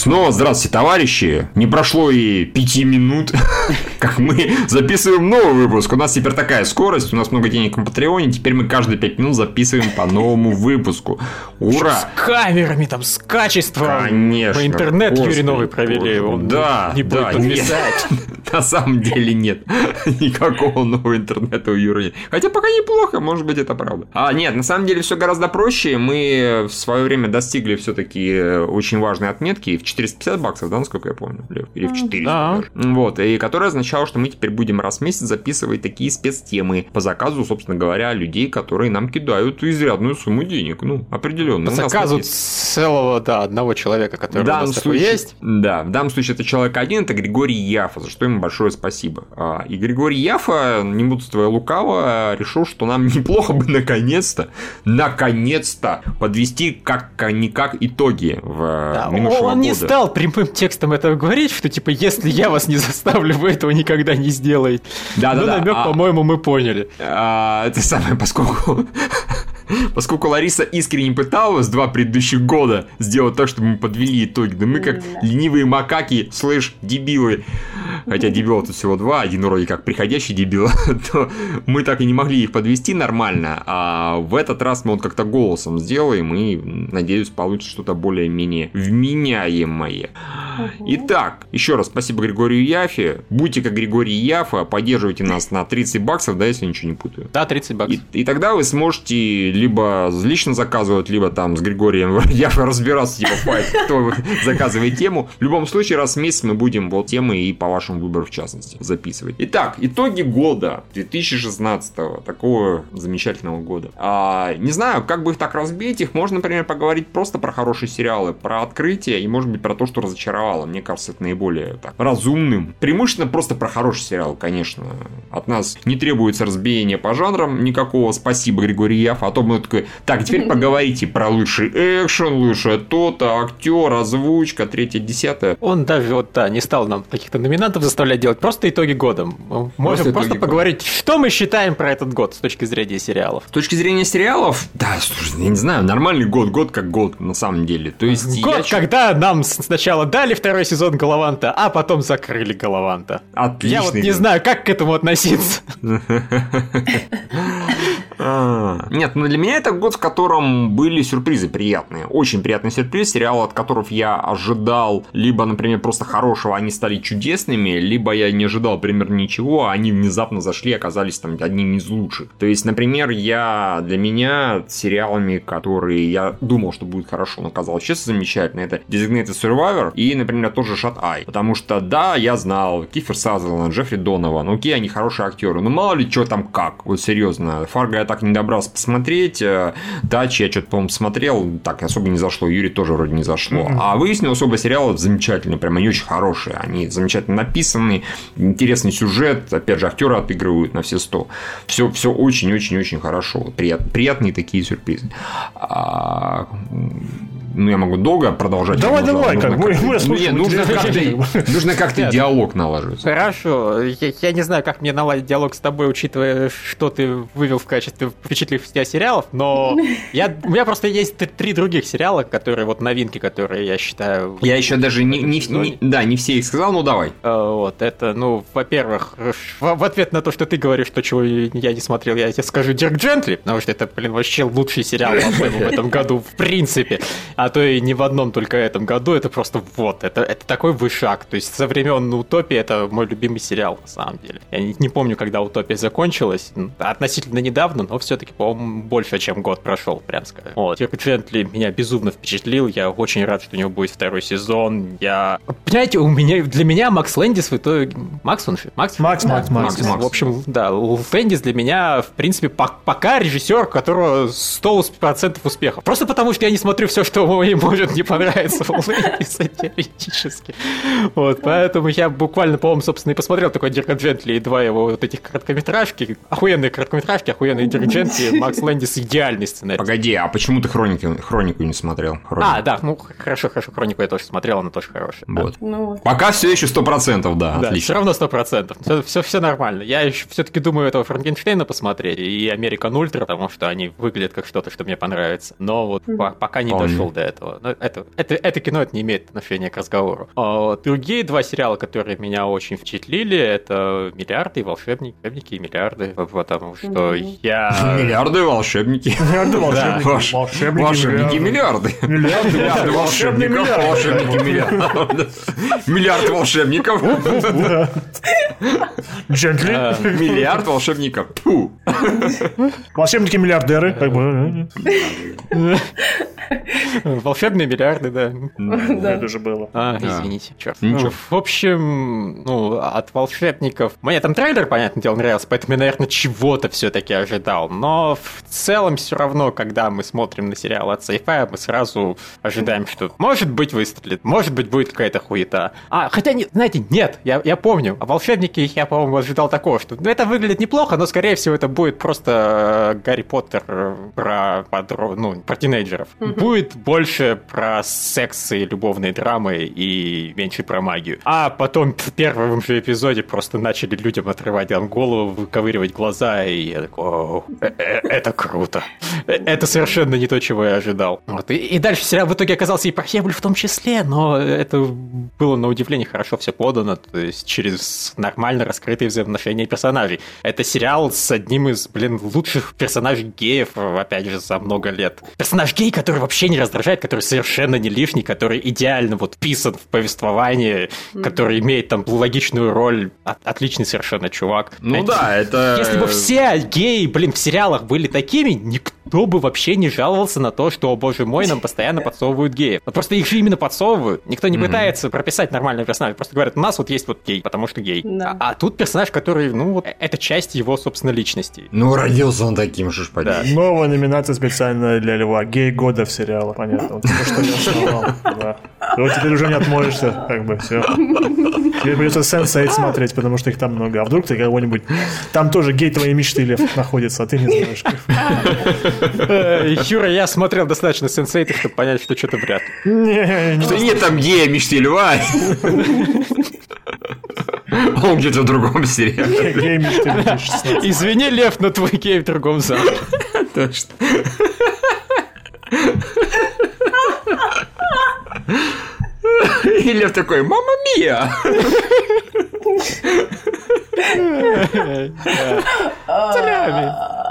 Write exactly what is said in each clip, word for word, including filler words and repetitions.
Снова здравствуйте, товарищи. Не прошло и пяти минут, как мы записываем новый выпуск. У нас теперь такая скорость, у нас много денег на Патреоне. Теперь мы каждые пять минут записываем по новому выпуску. Ура! С камерами, там, с качеством. Конечно. Мы интернет Господи, Юрий Новый провели. Он да, не будет да, подвисать. На самом деле нет. Никакого нового интернета у Юры нет. Хотя пока неплохо, может быть, это правда. А нет, на самом деле все гораздо проще. Мы в свое время достигли все-таки очень важной отметки в четыреста пятьдесят баксов, да, насколько я помню, или в четыреста. Да. Вот, и которая означала, что мы теперь будем раз в месяц записывать такие спецтемы по заказу, собственно говоря, людей, которые нам кидают изрядную сумму денег, ну, определенно. По заказу целого, да, одного человека, который у нас такой есть. Да, в данном случае это человек один, это Григорий Яфа, за что ему большое спасибо. И Григорий Яфа, не мудрствуя лукаво, решил, что нам неплохо бы наконец-то, наконец-то подвести как-никак итоги в да, минувшего он года. Не стал прямым текстом этого говорить, что типа, если я вас не заставлю, вы этого никогда не сделаете. Да, ну, да, намек, да. по-моему, мы поняли. А, это самое, поскольку... Поскольку Лариса искренне пыталась два предыдущих года сделать так, чтобы мы подвели итоги, да мы как ленивые макаки, слэш, дебилы, хотя дебилов тут всего два, один вроде как приходящий дебил, то мы так и не могли их подвести нормально, а в этот раз мы вот как-то голосом сделаем и, надеюсь, получится что-то более-менее вменяемое. Итак, еще раз спасибо Григорию Яфе, будьте как Григорий Яфа, поддерживайте нас на тридцать баксов, да, если я ничего не путаю. Да, тридцать баксов. И, и тогда вы сможете либо лично заказывать, либо там с Григорием Яфой разбираться, типа, файт, кто заказывает тему. В любом случае, раз в месяц мы будем вот темы и по вашему выбору, в частности, записывать. Итак, итоги года две тысячи шестнадцатого, такого замечательного года. А, не знаю, как бы их так разбить, их можно, например, поговорить просто про хорошие сериалы, про открытие и, может быть, про то, что разочаровало. Мне кажется, это наиболее так, разумным. Преимущественно просто про хороший сериал, конечно. От нас не требуется разбиение по жанрам никакого. Спасибо, Григорий Яфа. А то мы такой, так, теперь поговорите про лучший экшен, лучшее то-то, актер, озвучка, третье, десятое. Он даже вот, да, не стал нам каких-то номинантов заставлять делать, просто итоги года. Мы можем просто, просто поговорить, года. Что мы считаем про этот год с точки зрения сериалов. С точки зрения сериалов, да, слушай, я не знаю, нормальный год, год как год, на самом деле. То есть год, я... когда нам сначала дали второй сезон Галаванта, а потом закрыли Галаванта. Отлично. Я вот не знаю, как к этому относиться. Нет, ну для меня это год, в котором были сюрпризы приятные. Очень приятный сюрприз. Сериалы, от которых я ожидал либо, например, просто хорошего, они стали чудесными, либо я не ожидал примерно ничего, а они внезапно зашли и оказались там одними из лучших. То есть, например, я для меня сериалами, которые я думал, что будет хорошо, но оказалось честно замечательно, это Designated Survivor и, например, тоже Shut Eye. Потому что, да, я знал Кифер Сазерленд, Джеффри Донован, окей, они хорошие актеры, но мало ли что там как. Вот серьезно, Фарго я так не добрался посмотреть, Дачи я что-то, по-моему, смотрел, так особо не зашло, Юрий тоже вроде не зашло. Mm-hmm. А выяснилось, оба сериала замечательные, прям они очень хорошие, они замечательно написаны, интересный сюжет, опять же, актеры отыгрывают на все сто. Все, все очень-очень-очень хорошо, прият, приятные такие сюрпризы. А... Ну, я могу долго продолжать. Давай, давай, как мы, мы слушаем. Нужно как-то, нужно как-то диалог налаживать. Хорошо. Я, я не знаю, как мне наладить диалог с тобой, учитывая, что ты вывел в качестве впечатливших тебя сериалов, но я, у меня просто есть три других сериала, которые вот новинки, которые я считаю... Я еще даже не, не, не, да, не все их сказал, ну давай. Вот, это, ну, во-первых, в, в ответ на то, что ты говоришь, что чего я не смотрел, я тебе скажу Дирк Джентли, потому что это, блин, вообще лучший сериал, по-моему, в этом году, в принципе. А то и не в одном только этом году, это просто вот, это, это такой вышаг. То есть со времен «Утопии» это мой любимый сериал, на самом деле. Я не, не помню, когда «Утопия» закончилась, относительно недавно, но все-таки, по-моему, больше, чем год прошел, прям скажем. Вот. Дирк Джентли меня безумно впечатлил, я очень рад, что у него будет второй сезон. Я... Понимаете, у меня, для меня Макс Лэндис в итоге... Макс он же? Макс? Макс, Макс, Макс, Макс. В общем, да, Лэндис для меня, в принципе, пока режиссер, у которого сто процентов успехов. Просто потому, что я не смотрю все, что ему может не понравиться в Лэндиса теоретически. Вот, поэтому я буквально, по-моему, собственно, и посмотрел такой Дирка Джентли и два его вот этих короткометражки. Охуенные короткометражки, охуенные Дирк Джентли, Макс Лэндис идеальный сценарий. Погоди, а почему ты хроники, хронику не смотрел? Хронику. А, да, ну хорошо, хорошо, хронику я тоже смотрел, она тоже хорошая. Вот. Да. Ну, пока все еще сто процентов, да, да, отлично. Все равно сто процентов. Все, все, все нормально. Я еще все-таки думаю этого Франкенштейна посмотреть и Американ Ультра, потому что они выглядят как что-то, что мне понравится. Но вот mm-hmm. по- пока не Вполне. дошел до этого. Но это, это, это кино это не имеет отношения к разговору. А другие два сериала, которые меня очень впечатлили, это «Миллиарды» и «Волшебники», «Волшебники» и «Миллиарды», потому что mm-hmm. я... Миллиарды, волшебники. Миллиарды, волшебники. Ваш... Волшебники, волшебники, миллиарды. Миллиарды, миллиарды волшебников, волшебники, миллиарды. Миллиард волшебников. Джентли. Миллиард волшебников. Волшебники-миллиардеры, как бы. Волшебные миллиарды, да. Это уже было. А, извините, черт. Ну, в общем, ну, от волшебников... Мне там трейлер, понятное дело, нравился, поэтому я, наверное, чего-то все-таки ожидал. Но в целом все равно, когда мы смотрим на сериал от Sci-Fi, мы сразу ожидаем, что может быть выстрелит, может быть будет какая-то хуета. А, хотя, не, знаете, нет, я, я помню, о волшебнике я, по-моему, ожидал такого, что ну, это выглядит неплохо, но, скорее всего, это будет просто Гарри Поттер про, подро... ну, про тинейджеров. Mm-hmm. Будет больше про секс и любовные драмы и меньше про магию. А потом в первом же эпизоде просто начали людям отрывать там голову, выковыривать глаза, и я такой, о, это круто. Это совершенно не то, чего я ожидал. Вот. И, и дальше сериал в итоге оказался и про Хебль в том числе, но это было на удивление хорошо все подано, то есть через нормально раскрытые взаимоотношения персонажей. Это сериал с одним из, блин, лучших персонажей геев, опять же, за много лет. Персонаж гей, который вообще не раздражает, который совершенно не лишний, который идеально вот вписан в повествование, mm-hmm. который имеет там логичную роль, от, отличный совершенно чувак. Ну Знаете, да, это... Если бы все геи, блин, в сериалах были такими, никто бы вообще не жаловался на то, что, о боже мой, нам постоянно подсовывают геев. Но просто их же именно подсовывают. Никто не mm-hmm. пытается прописать нормального персонажа, просто говорят, у нас вот есть вот гей, потому что гей. Да. А, а тут персонаж, который, ну, вот, это часть его, собственно, личности. Ну, родился он таким, что ж поделать. Да. Новая номинация специально для Льва. Гей года в сериале, понятно. Вот то, что я основал. Да. Вот теперь уже не отмоешься, как бы, все. Теперь придется сенс эйт смотреть, потому что их там много. А вдруг ты кого-нибудь... Там тоже гей твоей мечты, Лев, находится, а ты не знаешь. Юра, я смотрел достаточно сенс эйт, чтобы понять, что что-то вряд ли. Не, что нет там гея мечты Льва. Он где-то в другом сериале. Гей мечты две тысячи шестнадцать. Извини, Лев, но твой гей в другом зале. Точно. И Лев такой, мама мия! Салями.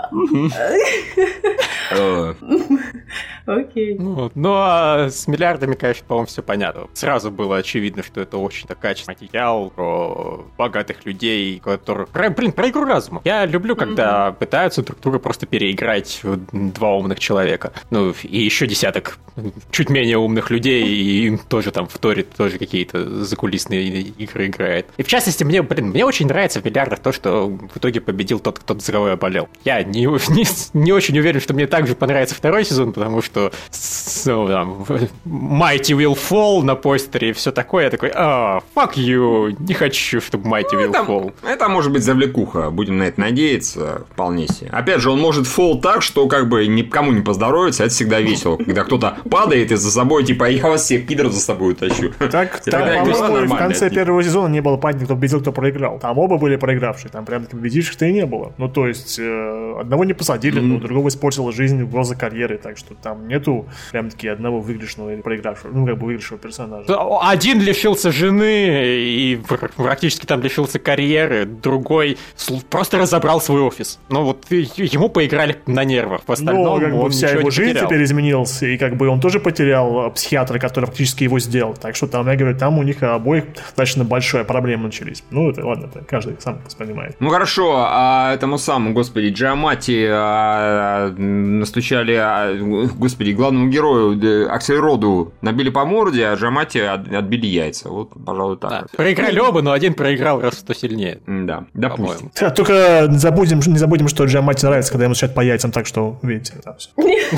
Окей. Ну, ну, а с миллиардами, конечно, по-моему, все понятно. Сразу было очевидно, что это очень качественный материал про богатых людей, которые... Про, блин, про игру разума. Я люблю, когда mm-hmm. пытаются друг друга просто переиграть два умных человека. Ну, и еще десяток чуть менее умных людей, и им тоже там вторит, тоже какие-то закулисные игры играет. И в частности, мне, блин, мне очень нравится в миллиардах то, что в итоге победил тот, кто за кого я болел. Я не, не, не очень уверен, что мне также понравится второй сезон, потому что ну, там, Mighty Will Fall на постере и все такое. Я такой, а, fuck you, не хочу, чтобы Mighty ну, Will это, Fall. Это может быть завлекуха, будем на это надеяться, вполне себе. Опять же, он может fall так, что как бы никому не поздоровится, это всегда весело, когда кто-то падает и за собой, типа, я вас всех пидоров за собой тащу. Так, по-моему, в конце первого сезона не было понятно, кто победил, кто проиграл. Там оба были проигравшие, там прям победивших-то и не было. Ну, то есть, одного не посадили, но другого испортила жизнь, угроза карьеры, так что там нету прям-таки одного выигрышного или проигравшего, ну, как бы выигрышего персонажа. Один лишился жены и практически там лишился карьеры, другой просто разобрал свой офис. Ну, вот ему поиграли на нервах, в остальном ну, как бы он вся ничего его не жизнь потерял. Теперь изменилась, и как бы он тоже потерял психиатра, который фактически его сделал. Так что там, я говорю, там у них обоих достаточно большая проблема начались. Ну, это ладно, это каждый сам понимает. Ну, хорошо, а этому самому, господи, Джиаматти а, настучали, а, господи, главному герою Аксельроду набили по морде, а Джиаматти от, отбили яйца. Вот, пожалуй, так. Да. Вот. Проиграли оба, но один проиграл раз в сто сильнее. Да, допустим. Да, только забудем, не забудем, что Джиаматти нравится, когда ему стучат по яйцам, так что, видите, там все.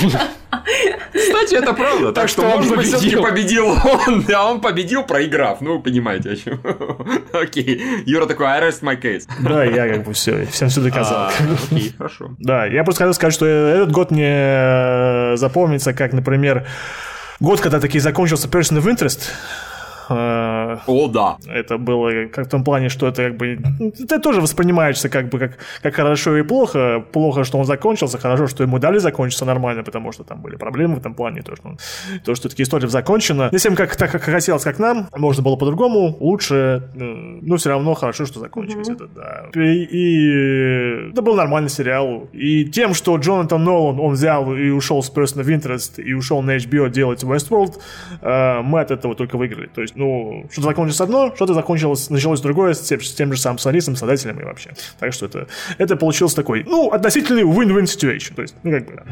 Кстати, это правда. Так что, может быть, все-таки победил он, а он победил, проиграв. Ну, вы понимаете, о чем. Окей. Юра такой, I rest my case. Да, я как бы все, всем все доказал. Окей, хорошо. Да, я просто хотел сказать, что этот год мне запомнится, как, например, год, когда таки закончился Person of Interest. О, да. Это было как в том плане, что это как бы... Это тоже воспринимается как бы как, как хорошо и плохо. Плохо, что он закончился, хорошо, что ему дали закончиться нормально, потому что там были проблемы в этом плане. То, что, то, что таки история закончена. Если им как, так, как хотелось, как нам, можно было по-другому, лучше, но все равно хорошо, что закончилось. Mm-hmm. Это, да. И, и это был нормальный сериал. И тем, что Джонатан Нолан, он взял и ушел с Person of Interest и ушел на эйч би о делать Westworld, мы от этого только выиграли. То есть, ну, что-то закончилось одно, что-то закончилось, началось другое с тем, с тем же самым сценаристом, создателем и вообще. Так что это, это получилось такой, ну, относительный win-win situation. То есть, ну, как бы, да.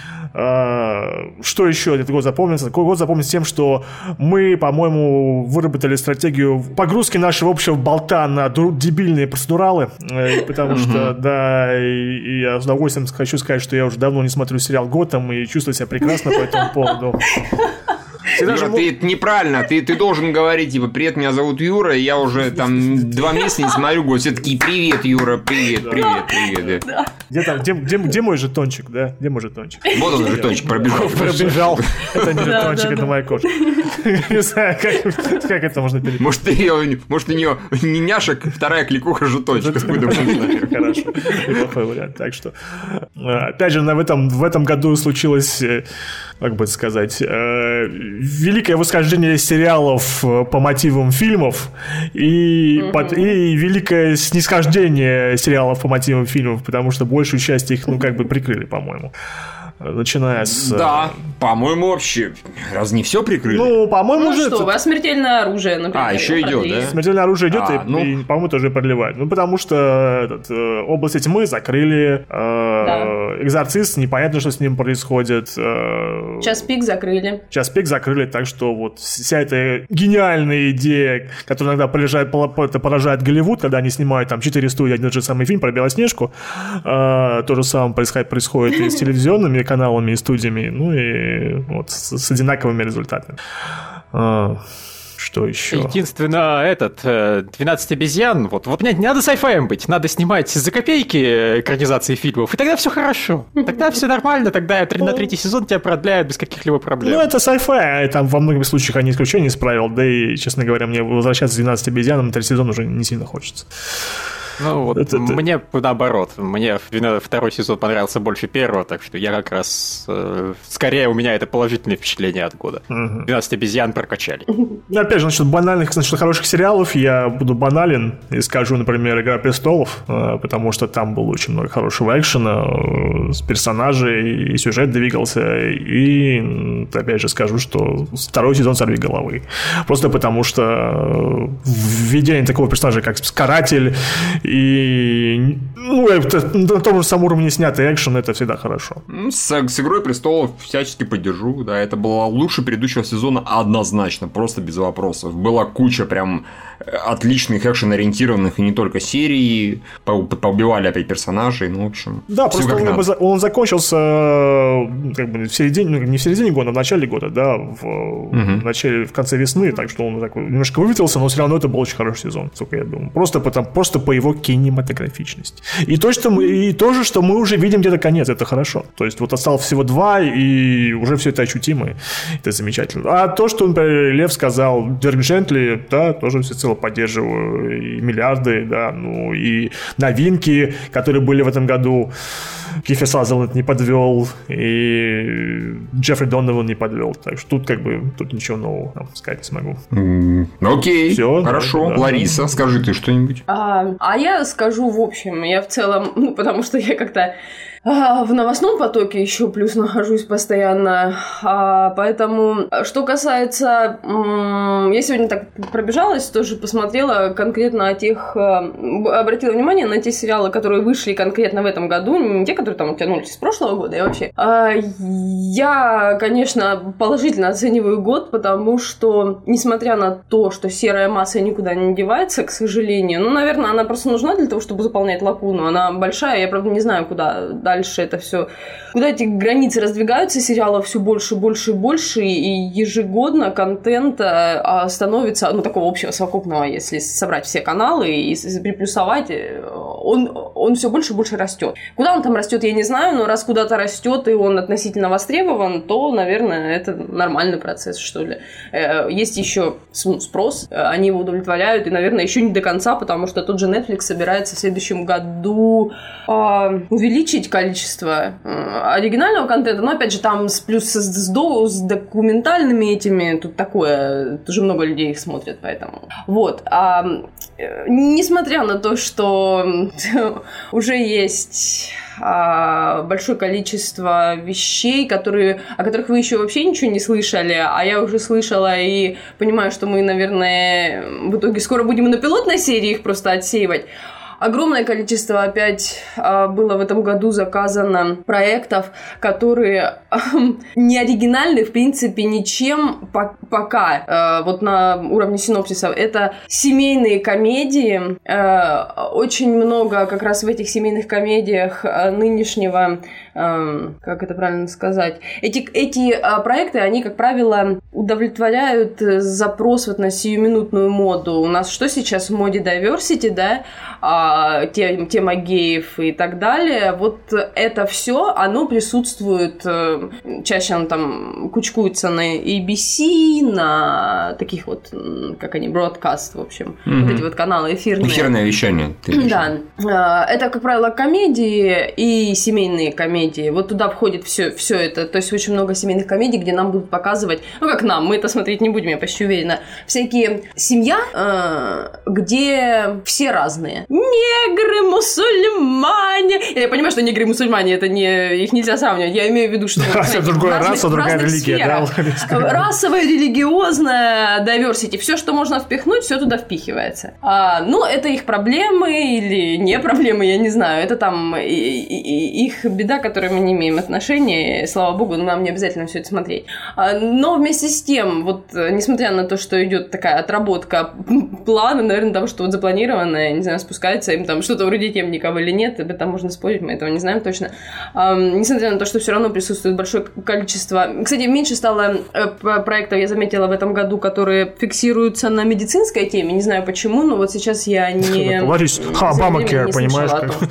А, что еще этот год запомнится? Такой год запомнится тем, что мы, по-моему, выработали стратегию погрузки нашего общего болта на дебильные процедуралы, потому что, да, и я с удовольствием хочу сказать, что я уже давно не смотрю сериал «Готэм» и чувствую себя прекрасно по этому поводу. Юра, же... ты это неправильно, ты, ты должен говорить, типа, привет, меня зовут Юра, и я уже там два месяца не смотрю год, все такие, привет, Юра, привет, привет, привет. Да. Где там, где, где, где мой жетончик, да? Где мой жетончик? Вот он, жетончик, пробежал. Пробежал. Это не жетончик, это моя кожа. Не знаю, как это можно перейти. Может, у нее не няшек, вторая кликуха жетончик. Хорошо, неплохой вариант. Так что, опять же, в этом году случилось, как бы сказать, великое восхождение сериалов по мотивам фильмов и, mm-hmm. под, и великое снисхождение сериалов по мотивам фильмов, потому что большую часть их, ну, как бы прикрыли, по-моему. Начиная с... Да, по-моему, вообще. Раз не все прикрыли? Ну, по-моему, ну, уже... что, это... а смертельное оружие, например. А, еще идет, да? Смертельное оружие идет, а, и, ну... и, по-моему, тоже продлевают. Ну, потому что этот, э, область тьмы закрыли, э, да. Экзорцист, непонятно, что с ним происходит. Э, Час пик закрыли. Час пик закрыли, так что вот вся эта гениальная идея, которая иногда поражает, поражает Голливуд, когда они снимают там четыре студии, один и тот же самый фильм про Белоснежку, э, то же самое происходит, происходит и с телевизионными каналами и студиями, ну и вот с, с одинаковыми результатами. А, что еще? Единственно, этот, двенадцать обезьян, вот, вот нет, не надо сайфаем быть, надо снимать за копейки экранизации фильмов, и тогда все хорошо, тогда все нормально, тогда на третий сезон тебя продляют без каких-либо проблем. Ну, это сайфай, там во многих случаях они исключения исправил, да и, честно говоря, мне возвращаться к двенадцати обезьянам на третий сезон уже не сильно хочется. Ну вот это, мне это... наоборот, мне второй сезон понравился больше первого, так что я как раз э, скорее у меня это положительное впечатление от года. Угу. двенадцать обезьян прокачали. Ну, опять же, насчет банальных, насчет хороших сериалов я буду банален и скажу, например, «Игра престолов», э, потому что там было очень много хорошего экшена, э, с персонажей, и сюжет двигался, и опять же скажу, что второй сезон «Сорви головы». Просто потому что введение такого персонажа, как Каратель, и ну, это, на том же самом уровне снятый экшен, это всегда хорошо. С, с «Игрой престолов» всячески поддержу, да, это было лучше предыдущего сезона однозначно, просто без вопросов. Была куча прям отличных экшен-ориентированных и не только серий, поубивали опять персонажей, ну, в общем. Да, просто он, он закончился как бы в середине, ну, не в середине года, а в начале года, да, в, угу. в начале, в конце весны, так что он так немножко выветрился, но все равно это был очень хороший сезон, сколько я думаю. Просто, потому, просто по его кинематографичности. И то, что мы, и то же, что мы уже видим где-то конец, это хорошо. То есть вот осталось всего два, и уже все это ощутимо, это замечательно. А то, что, например, Лев сказал, Дирк Джентли, да, тоже всецело поддерживаю, и миллиарды, да, ну и новинки, которые были в этом году. Кифер Сазерленд не подвел, и Джеффри Донован не подвел. Так что тут как бы тут ничего нового там, сказать не смогу. Mm, окей, Всё, хорошо. Да, Лариса, да. Скажи ты что-нибудь. А, а я скажу в общем. Я в целом, ну, потому что я как-то в новостном потоке еще плюс нахожусь постоянно, а, поэтому, что касается, м- я сегодня так пробежалась, тоже посмотрела конкретно о тех, обратила внимание на те сериалы, которые вышли конкретно в этом году, не те, которые там тянулись с прошлого года, и вообще. А, я, конечно, положительно оцениваю год, потому что, несмотря на то, что серая масса никуда не девается, к сожалению, ну, наверное, она просто нужна для того, чтобы заполнять лакуну, она большая, я, правда, не знаю, куда дальше. Дальше это все, куда эти границы раздвигаются, сериалов все больше, больше и больше, и ежегодно контента становится, ну, такого общего совокупного, если собрать все каналы и приплюсовать, он, он все больше и больше растет. Куда он там растет, я не знаю, но раз куда-то растет и он относительно востребован, то, наверное, это нормальный процесс, что ли. Есть еще спрос, они его удовлетворяют, и, наверное, еще не до конца, потому что тот же Netflix собирается в следующем году э, увеличить количество э, оригинального контента, но, опять же, там с, плюс с, с, с документальными этими, тут такое, тоже много людей их смотрят, поэтому. Вот. А, э, несмотря на то, что уже есть большое количество вещей, которые, о которых вы еще вообще ничего не слышали, а я уже слышала и понимаю, что мы, наверное, в итоге скоро будем и на пилотной серии их просто отсеивать. Огромное количество опять было в этом году заказано проектов, которые не оригинальны, в принципе, ничем пока. Вот на уровне синопсисов. Это семейные комедии. Очень много как раз в этих семейных комедиях нынешнего, как это правильно сказать, эти, эти проекты, они, как правило, удовлетворяют запрос вот на сиюминутную моду. У нас что сейчас в моде diversity, да? Тема геев и так далее, вот это все, оно присутствует, чаще оно там кучкуется на эй би си, на таких вот, как они, broadcast, в общем, mm-hmm. вот эти вот каналы эфирные. Эфирное вещание. Да. Это, как правило, комедии и семейные комедии. Вот туда входит все, все это. То есть очень много семейных комедий, где нам будут показывать, ну как нам, мы это смотреть не будем, я почти уверена, всякие семья, где все разные. Негры, мусульмане. Я понимаю, что негры и мусульмане, это не, их нельзя сравнивать. Я имею в виду, что... Знаете, другая разных, раса, другая религия. Да? Расовая, религиозная, diversity. Все, что можно впихнуть, все туда впихивается. А, ну, это их проблемы или не проблемы, я не знаю. Это там и, и, их беда, к которой мы не имеем отношения. Слава богу, нам не обязательно все это смотреть. А, но вместе с тем, вот, несмотря на то, что идет такая отработка плана, наверное, того, что вот запланированное, не знаю, спускается, им там что-то вроде темников или нет, об этом можно спорить, мы этого не знаем точно. Эм, несмотря на то, что все равно присутствует большое количество... Кстати, меньше стало э, проектов, я заметила, в этом году, которые фиксируются на медицинской теме, не знаю почему, но вот сейчас я не... Ларис, Обамакер, понимаешь?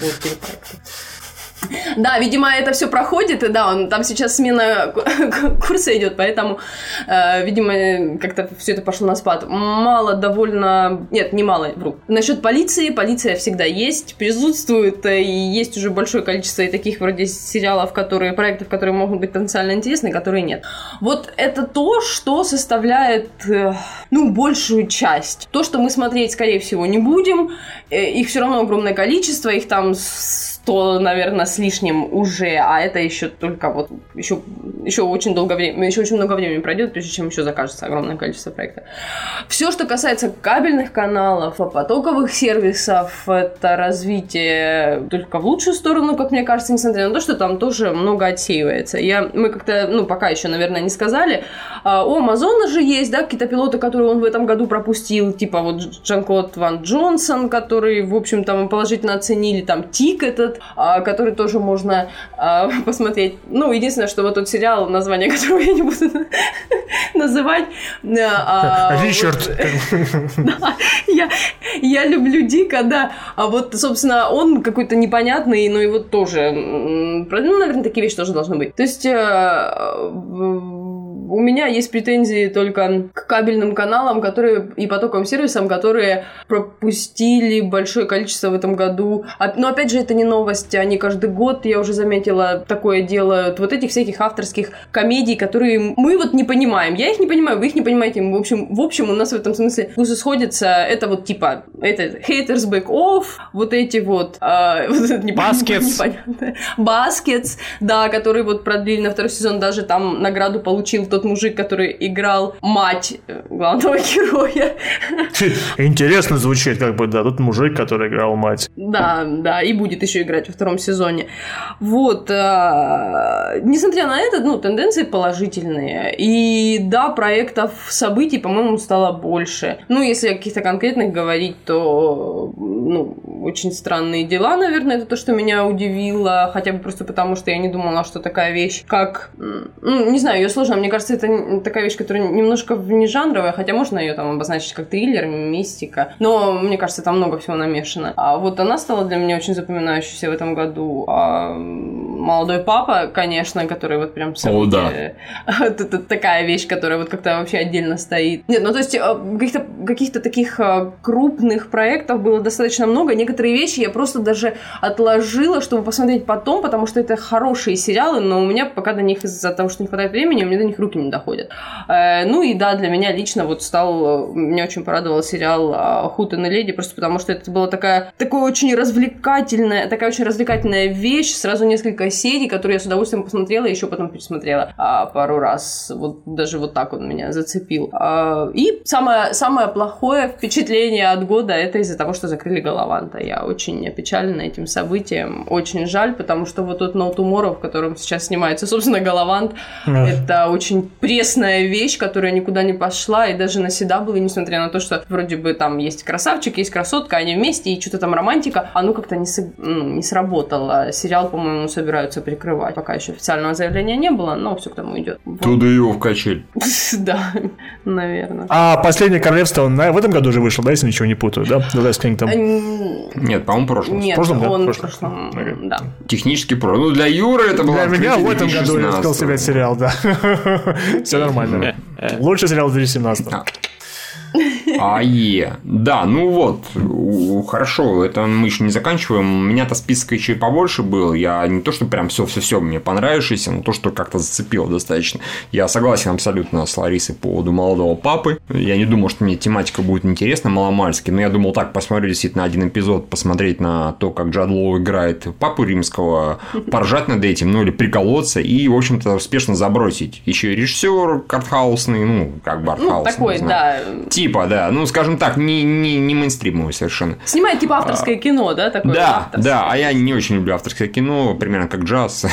Да, видимо, это все проходит, и да, он, там сейчас смена курса идет, поэтому, э, видимо, как-то все это пошло на спад. Мало довольно... Нет, не мало, вру. Насчет полиции, полиция всегда есть, присутствует, и есть уже большое количество и таких вроде сериалов, которые, проектов, которые могут быть потенциально интересны, которые нет. Вот это то, что составляет, э, ну, большую часть. То, что мы смотреть, скорее всего, не будем, э, их все равно огромное количество, их там... то, наверное, с лишним уже, а это еще только вот еще, еще очень долго времени, еще очень много времени пройдет, прежде чем еще закажется огромное количество проектов. Все, что касается кабельных каналов, потоковых сервисов, это развитие только в лучшую сторону, как мне кажется, несмотря на то, что там тоже много отсеивается. Я, мы как-то, ну, пока еще, наверное, не сказали. У Амазона же есть, да, какие-то пилоты, которые он в этом году пропустил, типа вот Жан-Клод Ван Джонсон, который, в общем, там положительно оценили, там Тик этот, который тоже можно а, посмотреть. Ну, единственное, что вот тот сериал, название которого я не буду называть. А, Ричард. Вот, да, я, я люблю Дика, да. А вот, собственно, он какой-то непонятный, но его тоже... Ну, наверное, такие вещи тоже должны быть. То есть... У меня есть претензии только к кабельным каналам, которые и потоковым сервисам, которые пропустили большое количество в этом году. Но опять же, это не новость, они каждый год, я уже заметила, такое делают. Вот этих всяких авторских комедий, которые мы вот не понимаем. Я их не понимаю, вы их не понимаете. В общем, в общем у нас в этом смысле вкусы сходятся. Это вот типа, это Haters Back Off, вот эти вот... Э, вот это Baskets. Baskets, да, который вот продлили на второй сезон, даже там награду получил тот мужик, который играл мать главного героя. Интересно звучит, как бы, да, тот мужик, который играл мать. Да, да, и будет еще играть во втором сезоне. Вот. А, несмотря на это, ну, тенденции положительные. И да, проектов, событий, по-моему, стало больше. Ну, если о каких-то конкретных говорить, то, ну, очень странные дела, наверное, это то, что меня удивило, хотя бы просто потому, что я не думала, что такая вещь, как, ну, не знаю, ее сложно, мне кажется, кажется, это такая вещь, которая немножко внежанровая, хотя можно ее там обозначить как триллер, мистика, но мне кажется, там много всего намешано. А вот она стала для меня очень запоминающейся в этом году. А «Молодой папа», конечно, который вот прям... О, да. Это такая вещь, которая вот как-то вообще отдельно стоит. Нет, ну то есть каких-то, каких-то таких крупных проектов было достаточно много. Некоторые вещи я просто даже отложила, чтобы посмотреть потом, потому что это хорошие сериалы, но у меня пока до них из-за того, что не хватает времени, у меня до них руки не доходят. Ну и да, для меня лично вот стал... Меня очень порадовал сериал «Худ и леди», просто потому что это была такая, такая очень развлекательная, такая очень развлекательная вещь, сразу несколько серий, которые я с удовольствием посмотрела и еще потом пересмотрела а, пару раз. Вот даже вот так он меня зацепил. А, и самое, самое плохое впечатление от года — это из-за того, что закрыли Галаванта. Я очень опечалена этим событием. Очень жаль, потому что вот тот No Tomorrow, в котором сейчас снимается, собственно, Галавант, mm. это очень пресная вещь, которая никуда не пошла, и даже на си дабл ю, несмотря на то, что вроде бы там есть красавчик, есть красотка, они вместе, и что-то там романтика, оно как-то не, с... ну, не сработало. Сериал, по-моему, собираются прикрывать. Пока еще официального заявления не было, но все к тому идет. Туда его в качель. Да, наверное. А «Последнее королевство» он в этом году уже вышел, да, если ничего не путаю, да? The Last Kingdom. Нет, по-моему, в прошлом. Нет, прошлом, да? он в прошлом, прошлом, да. Технически про. Ну, для Юры это было... Для меня в этом году я сказал себе сериал, да. Все нормально. Лучший сериал две тысячи семнадцатого. АЕ. Да, ну вот, хорошо, это мы еще не заканчиваем. У меня-то список еще и побольше был. Я не то, что прям все-все-все мне понравившееся, но то, что как-то зацепило достаточно. Я согласен абсолютно с Ларисой по поводу «Молодого папы». Я не думал, что мне тематика будет интересна маломальски, но я думал так, посмотреть действительно один эпизод, посмотреть на то, как Джад Лоу играет папу римского, поржать над этим, ну или приколоться и, в общем-то, успешно забросить. Еще и режиссер артхаусный, ну, как бы артхаусный. Ну, такой, да. Типа, да, ну, скажем так, не, не, не мейнстримовый совершенно. Снимает типа авторское а, кино, да? Такое да, да, а я не очень люблю авторское кино, примерно как джаз.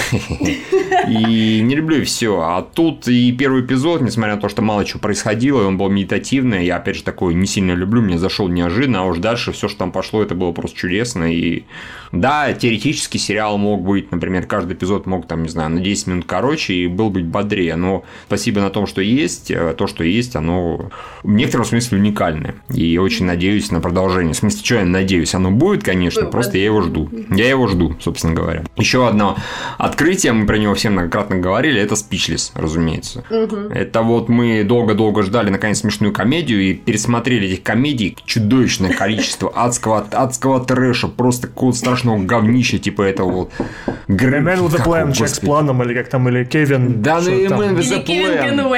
И не люблю все. А тут и первый эпизод, несмотря на то, что мало чего происходило, он был медитативный, я опять же такой не сильно люблю, мне зашел неожиданно, а уж дальше все, что там пошло, это было просто чудесно. И да, теоретически сериал мог быть, например, каждый эпизод мог там, не знаю, на десять минут короче и был быть бодрее, но спасибо на том, что есть, то, что есть, оно в некотором смысле уникальное. И очень надеюсь на продолжение. В смысле, что я надеюсь? Оно будет, конечно, Вы, просто я его жду. Я его жду, собственно говоря. Еще одно открытие, мы про него все многократно говорили, это Speechless, разумеется. Угу. Это вот мы долго-долго ждали, наконец, смешную комедию и пересмотрели этих комедий чудовищное количество адского, адского трэша, просто какого-то страшного говнища, типа этого вот. Man with a Plan, Человек с планом, или как там, или Кевин. Да, ну и Man with a Plan. Кевин Can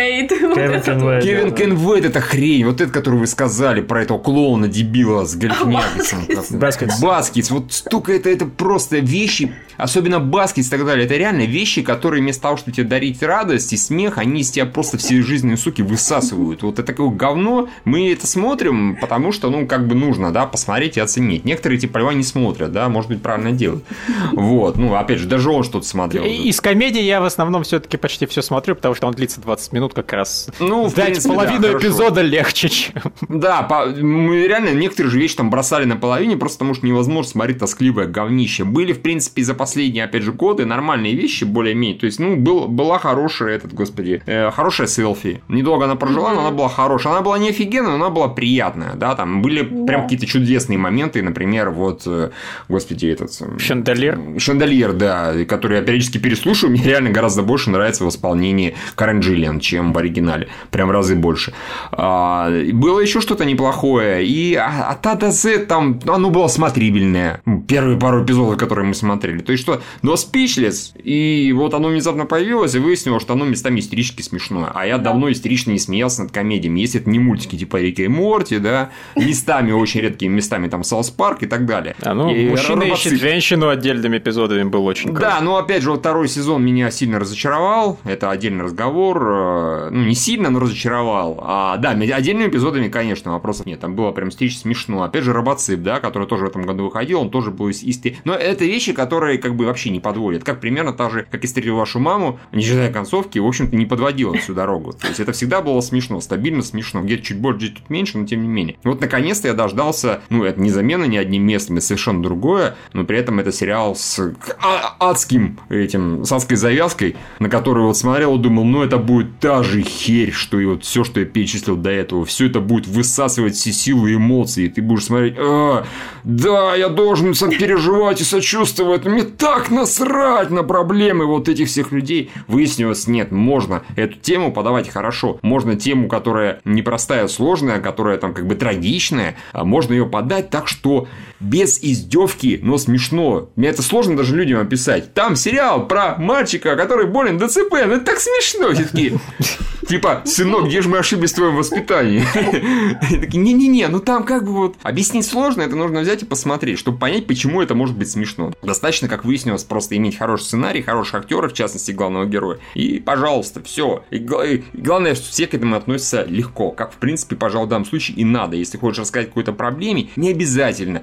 Wait. Кевин Can Wait, это хрень. Вот это, который вы сказали про этого клоуна дебила с Галифианакисом. Баскетс. Баскетс. Вот столько это, это просто вещи, особенно Баскетс и так далее. Это реально вещи, которые вместо того, чтобы тебе дарить радость и смех, они из тебя просто все жизненные суки высасывают. Вот это такое говно. Мы это смотрим, потому что, ну, как бы нужно, да, посмотреть и оценить. Некоторые типа льва не смотрят, да, может быть, правильно делают. Вот, ну, опять же, даже он что-то смотрел. Из комедии я в основном все-таки почти все смотрю, потому что он длится двадцать минут как раз. Ну, в дать принципе, половину да, эпизода легче, чем... Да, по... мы реально некоторые же вещи там бросали на половине, просто потому что невозможно смотреть тоскливое говнище. Были, в принципе, за последние, опять же, годы нормальные вещи, более-менее. То есть, ну, был, была хорошая, этот, господи, э, хорошая селфи. Недолго она прожила, mm-hmm. но она была хорошая. Она была не офигенная, но она была приятная, да, там были yeah. прям какие-то чудесные моменты, например, вот, э, господи, этот... Шандальер. Шандальер, да, который я периодически переслушаю, мне реально гораздо больше нравится в исполнении Карен Джиллиан, чем в оригинале. Прям в разы больше. А, было еще что-то неплохое, и от А до З там, оно было смотрибельное. Первые пару эпизодов, которые мы смотрели. То есть, что, но Speechless, и вот оно внезапно появилось, и выяснилось, что оно местами истерически смешное. А я давно истерично не смеялся над комедиями. Если это не мультики типа Рика и Морти, да, местами, очень редкими местами, там, Саус Парк и так далее. А, ну, и мужчина робоци... ищет женщину отдельными эпизодами был очень круто. Да, но опять же, вот второй сезон меня сильно разочаровал. Это отдельный разговор. Ну, не сильно, но разочаровал. А, да, отдельными эпизодами, конечно, вопросов нет. Там было прям стич смешно. Опять же, Робоцип, да, который тоже в этом году выходил, он тоже был из... из... Но это вещи, которые как бы вообще не подводят. Как примерно та же, как и «Встретил вашу маму», не считая концовки, в общем-то, не подводила всю дорогу. То есть, это всегда было смешно, стабильно смешно. Где-то чуть больше, где-то чуть меньше, но тем не менее. Вот, наконец-то я дождался, ну, это не замена ни одним местом, это совершенно другое, но при этом это сериал с а- адским этим, с адской завязкой, на которую вот смотрел и думал, ну, это будет та же херь, что и вот все, что я перечислил до этого. Все это будет высасывать все силы и эмоции. И ты будешь смотреть, а, да, я должен сопереживать и сочувствовать. Мне так насрать на проблемы вот этих всех людей. Выяснилось, нет, можно эту тему подавать хорошо. Можно тему, которая непростая, сложная, которая там как бы трагичная, можно ее подать так, что без издевки, но смешно. Мне это сложно даже людям описать. Там сериал про мальчика, который болен ДЦП. Ну, это так смешно. Все такие, типа, сынок, где же мы ошиблись в твоем воспитании? И такие, не-не-не, ну там как бы вот объяснить сложно, это нужно взять и посмотреть, чтобы понять, почему это может быть смешно. Достаточно, как выяснилось, просто иметь хороший сценарий, хороших актеров, в частности, главного героя. И, пожалуйста, все. И, и главное, что все к этому относятся легко. Как, в принципе, пожалуй, в данном случае и надо. Если хочешь рассказать о какой-то проблеме, не обязательно.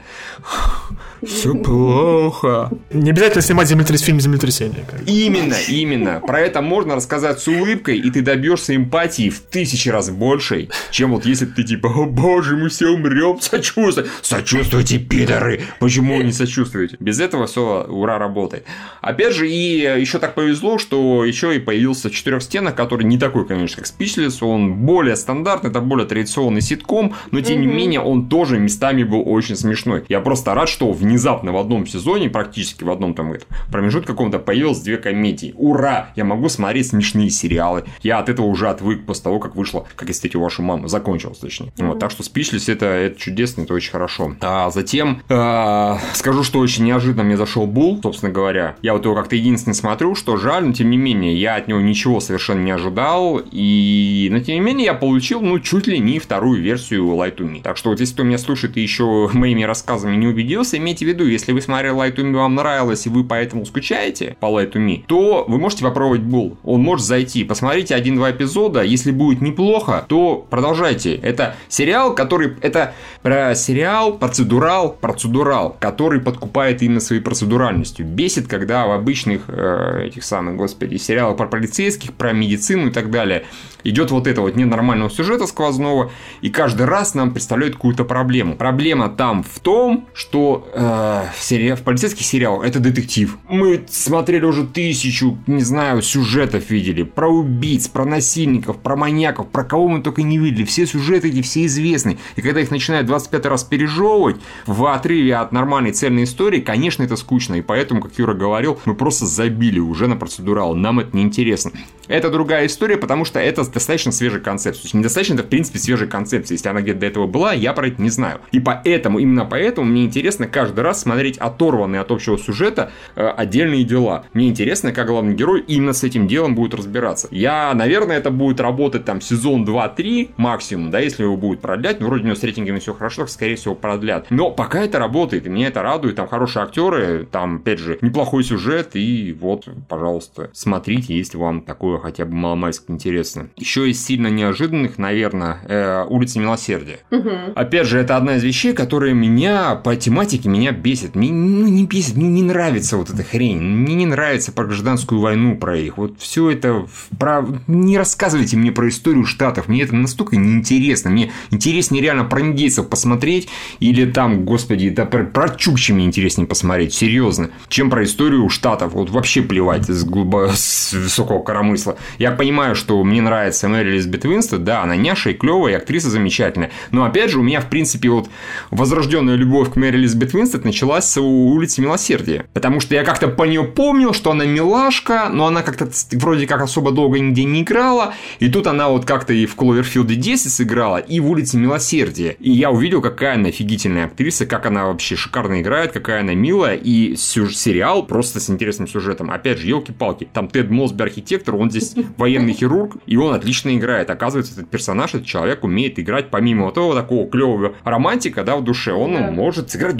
Все плохо. Не обязательно снимать землетряс... фильм «Землетрясение». Именно, именно. Про это можно рассказать с улыбкой, и ты добьешься эмпатии в тысячи раз большей, чем вот если ты типа, о боже, мы все умрем, сочувствуйте. Сочувствуйте, пидоры. Почему вы не сочувствуете? Без этого все ура работает. Опять же, и еще так повезло, что еще и появился в «Четырех стенах», который не такой, конечно, как Speechless, он более стандартный, это более традиционный ситком, но тем не менее он тоже местами был очень смешной. Я просто рад, что внезапно в одном сезоне, практически в одном там промежутке каком-то появилось две комедии. Ура! Я могу смотреть смешные сериалы. Я от этого уже отвык после того, как вышло, как я встретил вашу маму. Закончилось, точнее. Mm-hmm. Вот, так что Speechless это, это чудесно, это очень хорошо. А затем а, скажу, что очень неожиданно мне зашел Бул, собственно говоря. Я вот его как-то единственный смотрю, что жаль, но тем не менее, я от него ничего совершенно не ожидал. И, но тем не менее, я получил, ну, чуть ли не вторую версию Lie to Me. Так что вот если кто меня слушает и еще моими рассказами не убедился, имейте в виду, если вы смотрели Lie to Me, вам нравилось, и вы поэтому скучаете по Lie to Me, то вы можете попробовать Бул. Он может зайти. Посмотрите один-два эпизода. Если будет неплохо, то продолжайте. Это сериал, который... Это про сериал процедурал, процедурал, который подкупает именно своей процедуральностью. Бесит, когда в обычных э, этих самых, господи, сериалах про полицейских, про медицину и так далее идет вот это вот ненормального сюжета сквозного, и каждый раз нам представляют какую-то проблему. Проблема там в том, что э, в, сери... в полицейских сериалах это детектив. Мы смотрели уже тысячу, не знаю, сюжетов видели. Про убийц, про насильников, про маньяков, про кого мы только не видели. Все сюжеты эти, все известны. И когда их начинают двадцать пятый раз пережевывать в отрыве от нормальной цельной истории, конечно, это скучно. И поэтому, как Юра говорил, мы просто забили уже на процедурал. Нам это неинтересно. Это другая история, потому что это достаточно свежая концепция. То есть, недостаточно, это в принципе свежая концепция. Если она где-то до этого была, я про это не знаю. И поэтому, именно поэтому мне интересно каждый раз смотреть оторванные от общего сюжета э, отдельные дела. Мне интересно, как главный герой именно с этим делом будет разбираться. Я, наверное, это будет работать там сезон два-три максимум, да, если его будут продлять. Ну, вроде у него с рейтингами все хорошо, так, скорее всего, продлят. Но пока это работает, и меня это радует. Там хорошие актеры, там, опять же, неплохой сюжет. И вот, пожалуйста, смотрите, если вам такое хотя бы маломальски интересно. Еще из сильно неожиданных, наверное, э, «Улица милосердия». Угу. Опять же, это одна из вещей, которые меня по тематике меня бесит. Мне ну, не бесит, мне не нравится вот эта хрень. Мне не нравится про гражданскую войну, про их. Вот все это про... Не рассказывайте мне про историю Штатов. Мне это настолько неинтересно. Мне интереснее реально про индейцев посмотреть. Или там, господи, да, про, про Чукчи мне интереснее посмотреть. Серьезно. Чем про историю Штатов. Вот вообще плевать с, глубо... с высокого коромысла. Я понимаю, что мне нравится Мэри Элизабет Уинстед. Да, она няша и клевая, и актриса замечательная. Но опять же, у меня в принципе вот возрожденная любовь к Мэри Элизабет Уинстед началась с «Улицы милосердия». Потому что я как-то по нее помнил, что она милашка, но она как-то вроде как особо долго нигде не играла. И тут она вот как-то и в «Кловерфилде десять» сыграла, и в «Улице милосердия». И я увидел, какая она офигительная актриса, как она вообще шикарно играет, какая она милая. И сериал просто с интересным сюжетом. Опять же, елки-палки. Там Тед Мосби архитектор, он здесь военный хирург, и он отлично играет. Оказывается, этот персонаж, этот человек умеет играть помимо вот того такого клевого романтика, да, в душе, он да. может сыграть другого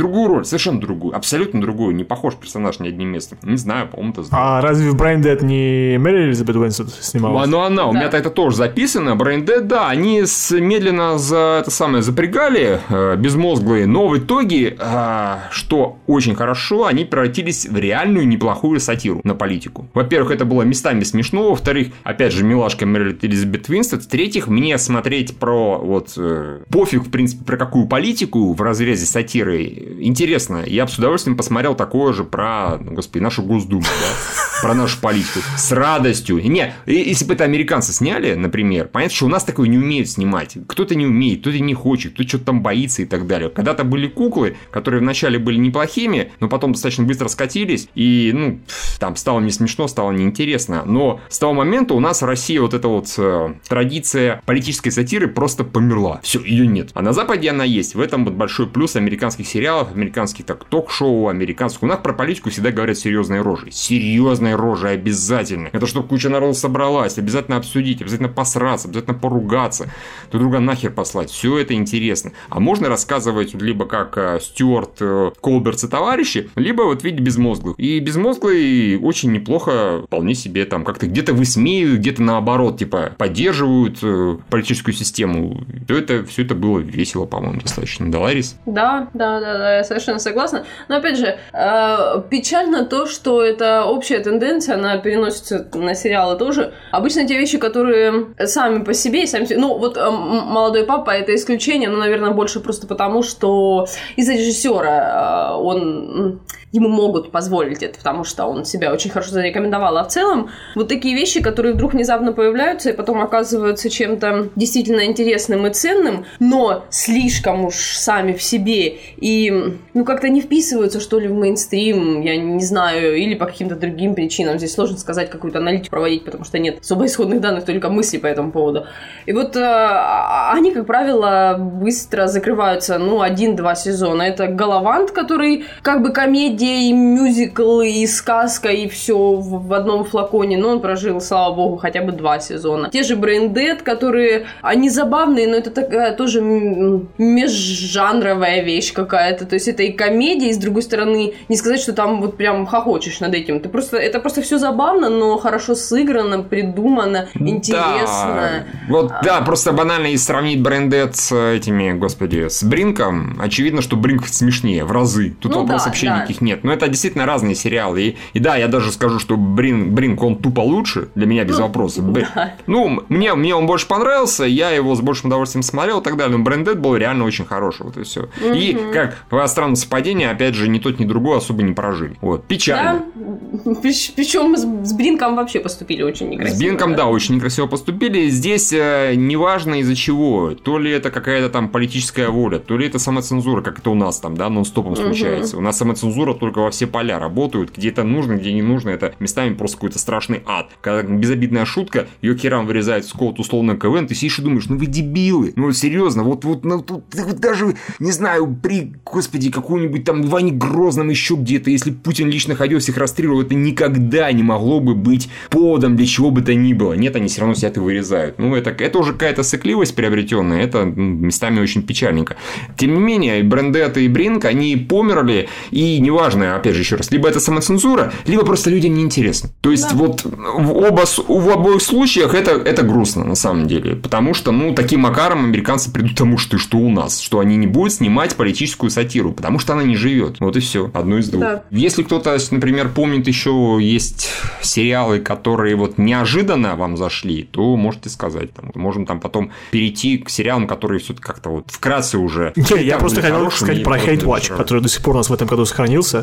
другую роль, совершенно другую, абсолютно другую, не похож персонаж ни одним местом. Не знаю, по-моему, это знаю. А разве в Braindead не Мэри Элизабет Уинстед снималась? Ну, она, у да. меня-то это тоже записано. Braindead, да, они с, медленно за это самое запрягали, э, безмозглые, но в итоге, э, что очень хорошо, они превратились в реальную неплохую сатиру на политику. Во-первых, это было местами смешно, во-вторых, опять же, милашка Мэри Элизабет Уинстед, в-третьих, мне смотреть про вот э, пофиг, в принципе, про какую политику в разрезе сатиры интересно. Я бы с удовольствием посмотрел такое же про, господи, нашу Госдуму, да? Про нашу политику. С радостью. Не, если бы это американцы сняли, например, понятно, что у нас такое не умеют снимать. Кто-то не умеет, кто-то не хочет, кто-то что-то там боится и так далее. Когда-то были куклы, которые вначале были неплохими, но потом достаточно быстро скатились, и, ну, там стало не смешно, стало неинтересно. Но с того момента у нас в России вот эта вот э, традиция политической сатиры просто померла. Все, ее нет. А на Западе она есть. В этом вот большой плюс американских сериалов, американских так, ток-шоу, американских. У нас про политику всегда говорят серьезные рожи. Серьезные рожи обязательно. Это чтобы куча народу собралась, обязательно обсудить, обязательно посраться, обязательно поругаться, друг друга нахер послать. Все это интересно. А можно рассказывать либо как э, Стюарт, э, Колбертс и товарищи, либо вот в виде безмозглых. И безмозглые очень неплохо вполне себе там как-то где-то высмеивают, где-то наоборот, типа, поддерживают э, политическую систему. То это, все это было весело, по-моему, достаточно. Да, Ларис? Да, да, да, да, я совершенно согласна. Но опять же, э, печально то, что это общая тенденция, она переносится на сериалы тоже. Обычно те вещи, которые сами по себе, сами себе... Ну, вот э, «Молодой папа» — это исключение, но, наверное, больше просто потому, что из-за режиссера э, он... ему могут позволить это, потому что он себя очень хорошо зарекомендовал. А в целом, вот такие вещи, которые вдруг внезапно появляются и потом оказываются чем-то действительно интересным и ценным, но слишком уж сами в себе и, ну, как-то не вписываются, что ли, в мейнстрим, я не знаю, или по каким-то другим причинам. Здесь сложно сказать, какую-то аналитику проводить, потому что нет особо исходных данных, только мысли по этому поводу. И вот э, они, как правило, быстро закрываются, ну, один-два сезона. Это «Галавант», который как бы комедия, и мюзикл, и сказка, и все в одном флаконе, но он прожил, слава богу, хотя бы два сезона. Те же Braindead, которые, они забавные, но это такая тоже межжанровая вещь какая-то, то есть это и комедия, и с другой стороны, не сказать, что там вот прям хохочешь над этим, ты просто, это просто все забавно, но хорошо сыграно, придумано, интересно. Да, вот, да, просто банально, если сравнить Braindead с этими, господи, с Бринком, очевидно, что Бринк смешнее в разы, тут ну, вопросов да, вообще да. никаких нет. Нет, но это действительно разные сериалы. И, и да, я даже скажу, что Брин, Бринк, он тупо лучше, для меня без ну, вопросов. Да. Ну, мне, мне он больше понравился, я его с большим удовольствием смотрел и так далее. Но Braindead был реально очень хороший, вот и все. Mm-hmm. И, как по странному совпадению, опять же, ни тот, ни другой особо не прожили. Вот, печально. Да, причем с, с Бринком вообще поступили очень некрасиво. С Бринком, да, да очень некрасиво поступили. Здесь э, неважно из-за чего. То ли это какая-то там политическая воля, то ли это самоцензура, как это у нас там, да, нон-стопом mm-hmm. случается. У нас самоцензура только во все поля работают, где это нужно, где не нужно, это местами просто какой-то страшный ад. Когда безобидная шутка, ее херам вырезает с какого-то условного КВН, ты сидишь и думаешь, ну вы дебилы, ну серьезно, вот, вот, ну, тут, даже, не знаю, при, господи, каком-нибудь там Иване Грозном еще где-то, если Путин лично ходил, всех расстреливал, это никогда не могло бы быть поводом для чего бы то ни было. Нет, они все равно себя это вырезают. Ну, это, это уже какая-то сыкливость приобретенная, это местами очень печальненько. Тем не менее, Braindead и Бринк, они померли, и неважно, опять же, еще раз, либо это самоцензура, либо просто людям неинтересно. То есть, да. вот в, оба, в обоих случаях это, это грустно, на самом деле. Потому что, ну, таким макаром американцы придут к тому, что, что у нас. Что они не будут снимать политическую сатиру, потому что она не живет. Вот и все. Одно из двух. Да. Если кто-то, например, помнит, еще есть сериалы, которые вот неожиданно вам зашли, то можете сказать. Там, можем там потом перейти к сериалам, которые все-таки как-то вот вкратце уже... Не, я просто хотел сказать про Hate Watch, который до сих пор у нас в этом году сохранился.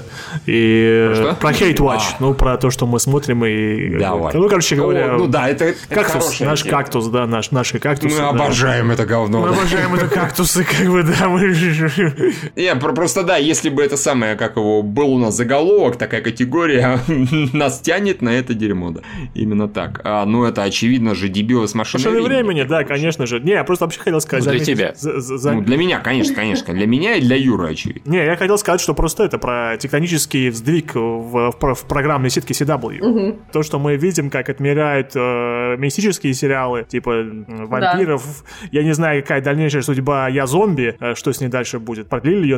И про, про Hate Watch, а. ну, про то, что мы смотрим и... Давай. Ну, короче говоря... Ну, ну да, это, это кактус, наш тема. Кактус, да, наш, наши кактусы. Мы да. обожаем это говно. Мы да. обожаем это кактусы, как бы, да, мы... Не, просто, да, если бы это самое, как его, был у нас заголовок, такая категория, нас тянет на это дерьмо, да. Именно так. А, ну, это, очевидно же, дебилы с машиной времени. времени, да, конечно же. Не, я просто вообще хотел сказать... Ну, для тебя. За, за... Ну, для меня, конечно, конечно. Для меня и для Юры, очевидно. Не, я хотел сказать, что просто это про тектонический сдвиг в, в, в программной сетке си дабл ю. Угу. То, что мы видим, как отмеряют э, мистические сериалы, типа вампиров. Да. Я не знаю, какая дальнейшая судьба «Я зомби», э, что с ней дальше будет. Продлили ее, не продлили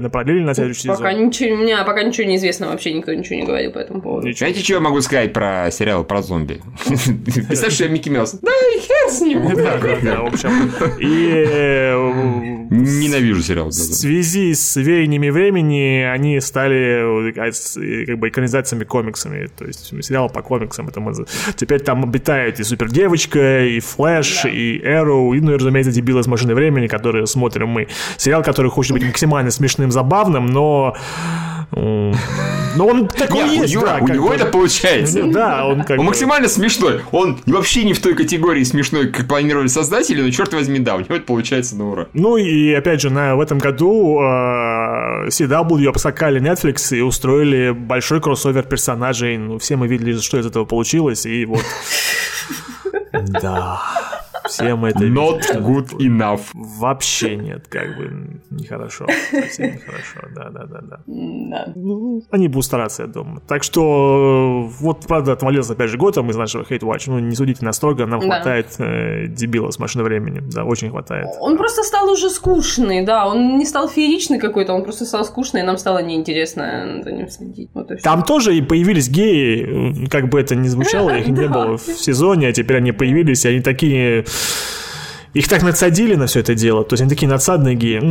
на следующий сезон? Пока ничего, у меня пока ничего не известно, вообще никто ничего не говорил по этому поводу. Ничего. Знаете, что я могу сказать про сериал про зомби? Представь, что я Микки Маус. Да и хер с ним. Да, в общем. И... Ненавижу сериал. В связи с веяниями времени они стали как бы экранизациями комиксами. То есть сериал по комиксам. Это мы... Теперь там обитают и Супердевочка, и Флэш, да. и Arrow, и, ну, и, разумеется, Дебилы из машины времени, которые смотрим мы. Сериал, который хочет быть максимально смешным, забавным, но... Но он такой Нет, есть, Юра, да, у него бы... это получается. Да, он, как он бы... максимально смешной. Он вообще не в той категории смешной, как планировали создатели, но, черт возьми, да, у него это получается на ура. Ну и, опять же, на, в этом году э, си дабл ю обскакали Netflix и устроили большой кроссовер персонажей. Ну, все мы видели, что из этого получилось, и вот... Да... Все мы это Not видим, good enough. Вообще нет, как бы нехорошо. Совсем нехорошо, да-да-да. Да. Ну, они будут стараться, я думаю. Так что, вот, правда, отвалился опять же Готэм из нашего Hate Watch. Ну, не судите нас строго, нам да. хватает э, дебилов с машины времени. Да, очень хватает. Он просто стал уже скучный, да. Он не стал фееричный какой-то, он просто стал скучный, и нам стало неинтересно за ним следить. Вот Там тоже и появились геи, как бы это ни звучало, их не было в сезоне, а теперь они появились, и они такие... Их так надсадили на все это дело, то есть они такие надсадные геи.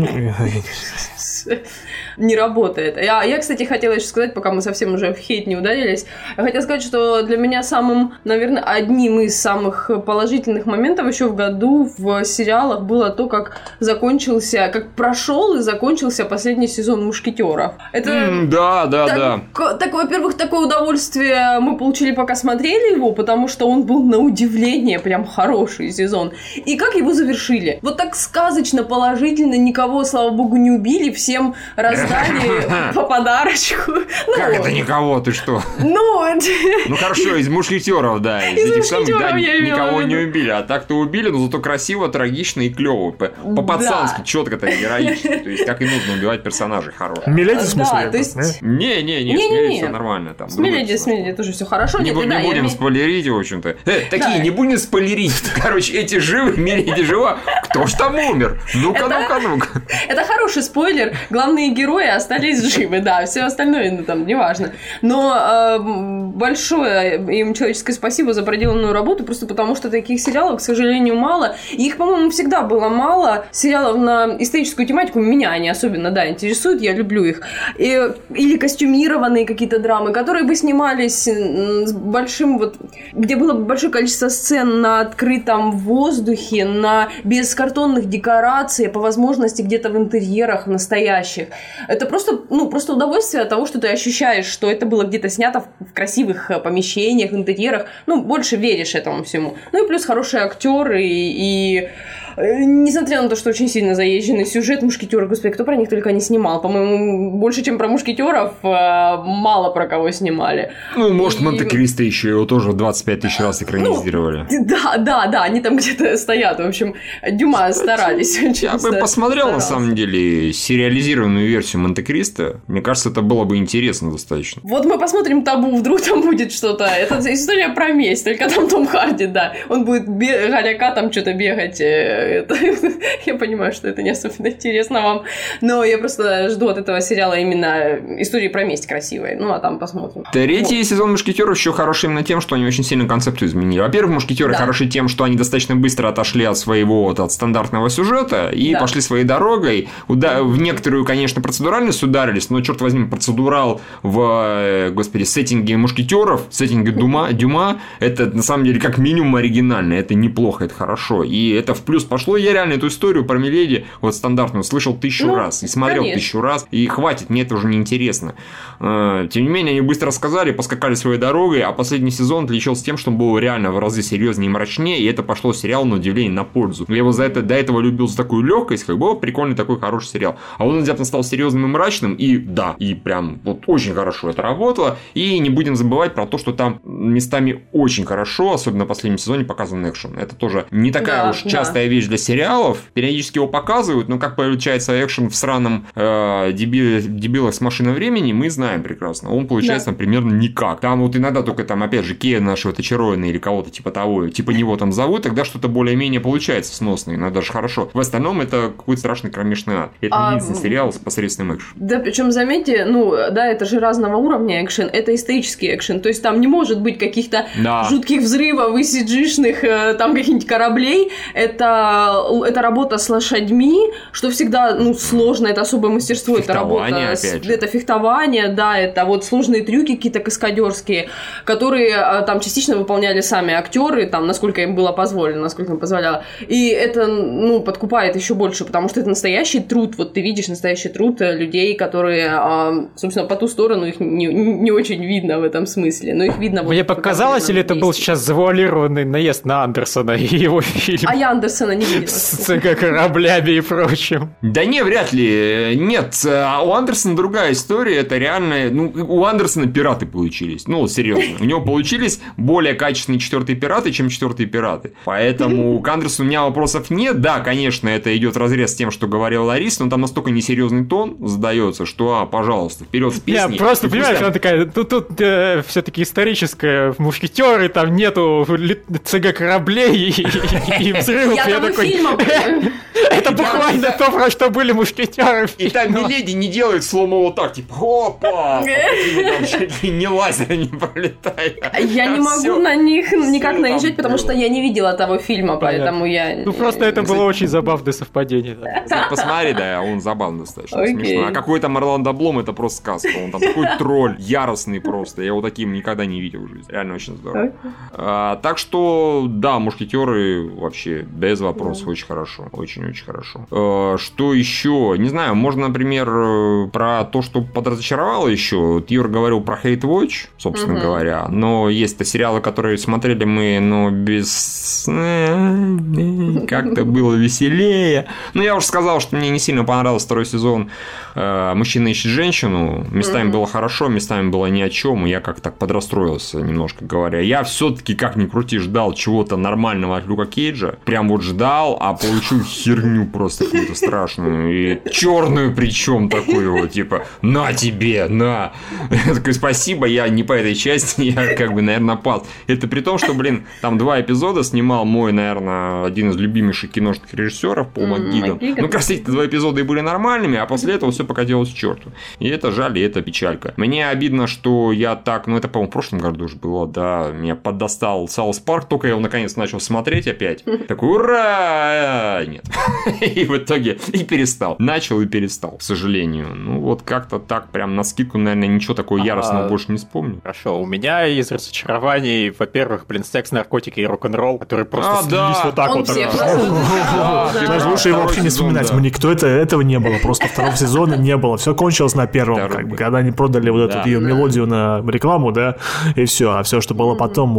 Не работает. Я, я, кстати, хотела еще сказать, пока мы совсем уже в хейт не ударились, я хотела сказать, что для меня самым, наверное, одним из самых положительных моментов еще в году в сериалах было то, как закончился, как прошел и закончился последний сезон «Мушкетеров». Это mm, да, да, так, да. Так, во-первых, такое удовольствие мы получили, пока смотрели его, потому что он был на удивление прям хороший сезон. И как его завершили? Вот так сказочно, положительно, никого, слава богу, не убили, всем раздали по подарочку. Как это никого? Ты что? Ну, ну хорошо, из мушкетеров, да. Из, из этих самых, да, никого не убили. А так-то убили, но зато красиво, трагично и клево. По-пацански, да. четко-то, героически. То есть так и нужно убивать персонажей хороших. Миледи, в смысле? Да, то есть... Не-не-не, с Миледи все нормально. Там, с Миледи, с Миледи тоже все хорошо. Не, Нет, не да, будем я... спойлерить, в общем-то. Э, такие, да. не будем спойлерить. Короче, эти живы, Миледи жива. Кто ж там умер? Ну-ка, это... ну-ка, ну-ка. Это хороший спойлер. Главные герои остались живы, да, все остальное, ну, там, неважно. Но э, большое им человеческое спасибо за проделанную работу, просто потому что таких сериалов, к сожалению, мало. И их, по-моему, всегда было мало. Сериалов на историческую тематику меня они особенно, да, интересуют, я люблю их. И, или костюмированные какие-то драмы, которые бы снимались с большим, вот, где было бы большое количество сцен на открытом воздухе, на, без картонных декораций, по возможности где-то в интерьерах настоящих. Это просто, ну, просто удовольствие от того, что ты ощущаешь, что это было где-то снято в красивых помещениях, интерьерах. Ну, больше веришь этому всему. Ну и плюс хорошие актеры и... и... Несмотря на то, что очень сильно заезженный сюжет «Мушкетеров», господи, кто про них только не снимал. По-моему, больше, чем про «Мушкетеров», мало про кого снимали. Ну, может, и... «Монте-Кристо» еще его тоже двадцать пять тысяч раз экранизировали. Ну, да, да, да, они там где-то стоят. В общем, Дюма Кстати, старались. Я бы посмотрел, старался. На самом деле, сериализированную версию «Монте-Кристо». Мне кажется, это было бы интересно достаточно. Вот мы посмотрим «Табу», вдруг там будет что-то. Это история про месть, только там Том Харди, да. Он будет горяка там что-то бегать. Это... Я понимаю, что это не особенно интересно вам, но я просто жду от этого сериала именно истории про месть красивой. Ну, а там посмотрим. Третий вот. сезон «Мушкетеров» еще хороший именно тем, что они очень сильно концепцию изменили. Во-первых, «Мушкетеры» да. хороши тем, что они достаточно быстро отошли от своего, вот, от стандартного сюжета и да. пошли своей дорогой. Уда- в некоторую, конечно, процедуральность ударились, но, черт возьми, процедурал в, господи, сеттинге «Мушкетеров», сеттинге Дума, Дюма, это, на самом деле, как минимум оригинально. Это неплохо, это хорошо. И это в плюс пошло. Я реально эту историю про Миледи, вот стандартную, слышал тысячу ну, раз. И смотрел конечно. тысячу раз. И хватит, мне это уже не интересно. Тем не менее, они быстро рассказали, поскакали своей дорогой, а последний сезон отличался тем, что он был реально в разы серьезнее и мрачнее, и это пошло сериалу на удивление на пользу. Я его за это, до этого любил за такую легкость, как бы прикольный такой хороший сериал. А он внезапно стал серьезным и мрачным, и да, и прям вот очень хорошо это работало. И не будем забывать про то, что там местами очень хорошо, особенно в последнем сезоне, показан экшен. Это тоже не такая да, уж да. частая вещь вещь для сериалов. Периодически его показывают, но как получается экшен в сраном э, деби- дебилах с машиной времени, мы знаем прекрасно. Он получается, да. примерно никак. Там вот иногда только там, опять же, Кея нашего Тачироина или кого-то типа того, типа него там зовут, тогда что-то более-менее получается сносно, иногда даже хорошо. В остальном это какой-то страшный кромешный ад. Это а... единственный сериал с посредственным экшеном. Да, причем заметьте, ну, да, это же разного уровня экшен, это исторический экшен, то есть там не может быть каких-то да. жутких взрывов и си джи-шных там каких-нибудь кораблей, это, это работа с лошадьми, что всегда, ну, сложно, это особое мастерство, фехтование, это работа, с, это фехтование, да, это вот сложные трюки какие-то каскадерские, которые там частично выполняли сами актеры, там, насколько им было позволено, насколько им позволяло, и это, ну, подкупает еще больше, потому что это настоящий труд, вот ты видишь настоящий труд людей, которые, собственно, по ту сторону их не, не очень видно в этом смысле, но их видно... Мне вот показалось, или это был сейчас завуалированный наезд на Андерсона и его фильм? А я Андерсона не видела. С кораблями и прочим. Да не, вряд ли. Нет, у Андерсона другая история, это реально... Ну, у Андерсона пираты получились, ну, серьезно. У него получились более качественные четвертые пираты, чем четвертые пираты. Поэтому к Андерсону у меня вопросов нет. Да, конечно, это идет вразрез с тем, что говорила Лариса, но там настолько несерьезный тон задается, что, а, пожалуйста, вперед с песней. Я просто, понимаешь, она такая, тут, тут э, все-таки историческая, мушкетеры, там нету ЦГ-кораблей и, и, и взрывов. Я там и фильмом. Это буквально то, про что были мушкетеры. И там Миледи не делает сломо вот так, типа, опа, ни лазера не пролетает. Я не могу на них никак наезжать, потому что я не видела того фильма, поэтому я... Ну, просто это было очень забавное совпадение. Посмотри, да, он забавный достаточно, смешно. А какой там Орландо Блум, это просто сказка. Он там такой тролль, яростный просто. Я его таким никогда не видел в жизни. Реально очень здорово. А, так что, да, мушкетеры вообще без вопросов очень хорошо. Очень-очень хорошо. А, что еще? Не знаю, можно, например, про то, что подразочаровало еще. Юра говорил про Hate Watch, собственно угу. говоря. Но есть-то сериалы, которые смотрели мы, но без... Как-то было веселее. Ну, я уже сказал, что мне не сильно понравился второй сезон «Мужчина ищет женщину». Местами mm-hmm. было хорошо, местами было ни о чем, и я как-то так подрастроился, немножко говоря. Я все-таки, как ни крути, ждал чего-то нормального от Люка Кейджа. Прям вот ждал, а получил херню просто какую-то страшную. И черную причем такую вот, типа, на тебе, на. Я такой, спасибо, я не по этой части, я как бы, наверное, пас. Это при том, что, блин, там два эпизода снимал мой, наверное, один из любимейших киношных режиссеров, Пол Макгиган. Mm-hmm. Ну, как раз эти два эпизода и были нормальными, а после этого все покатилось к черту. И это жаль, и это печалька. Мне обидно, что я так, ну это, по-моему, в прошлом году уже было, да, меня поддостал Саус Парк, только я его наконец начал смотреть опять. Такой, ура! Нет. И в итоге и перестал. Начал и перестал, к сожалению. Ну вот как-то так, прям на скидку, наверное, ничего такого яростного больше не вспомню. Хорошо, у меня из разочарований, во-первых, блин, секс, наркотики и рок-н-ролл, которые просто слились вот так вот. Даже лучше его вообще не вспоминать. Никто этого не было, просто второго сезона не было. Все кончилось на первом, как бы, когда они продали вот эту ее мелодию на рекламу, да, и все. А все, что было потом...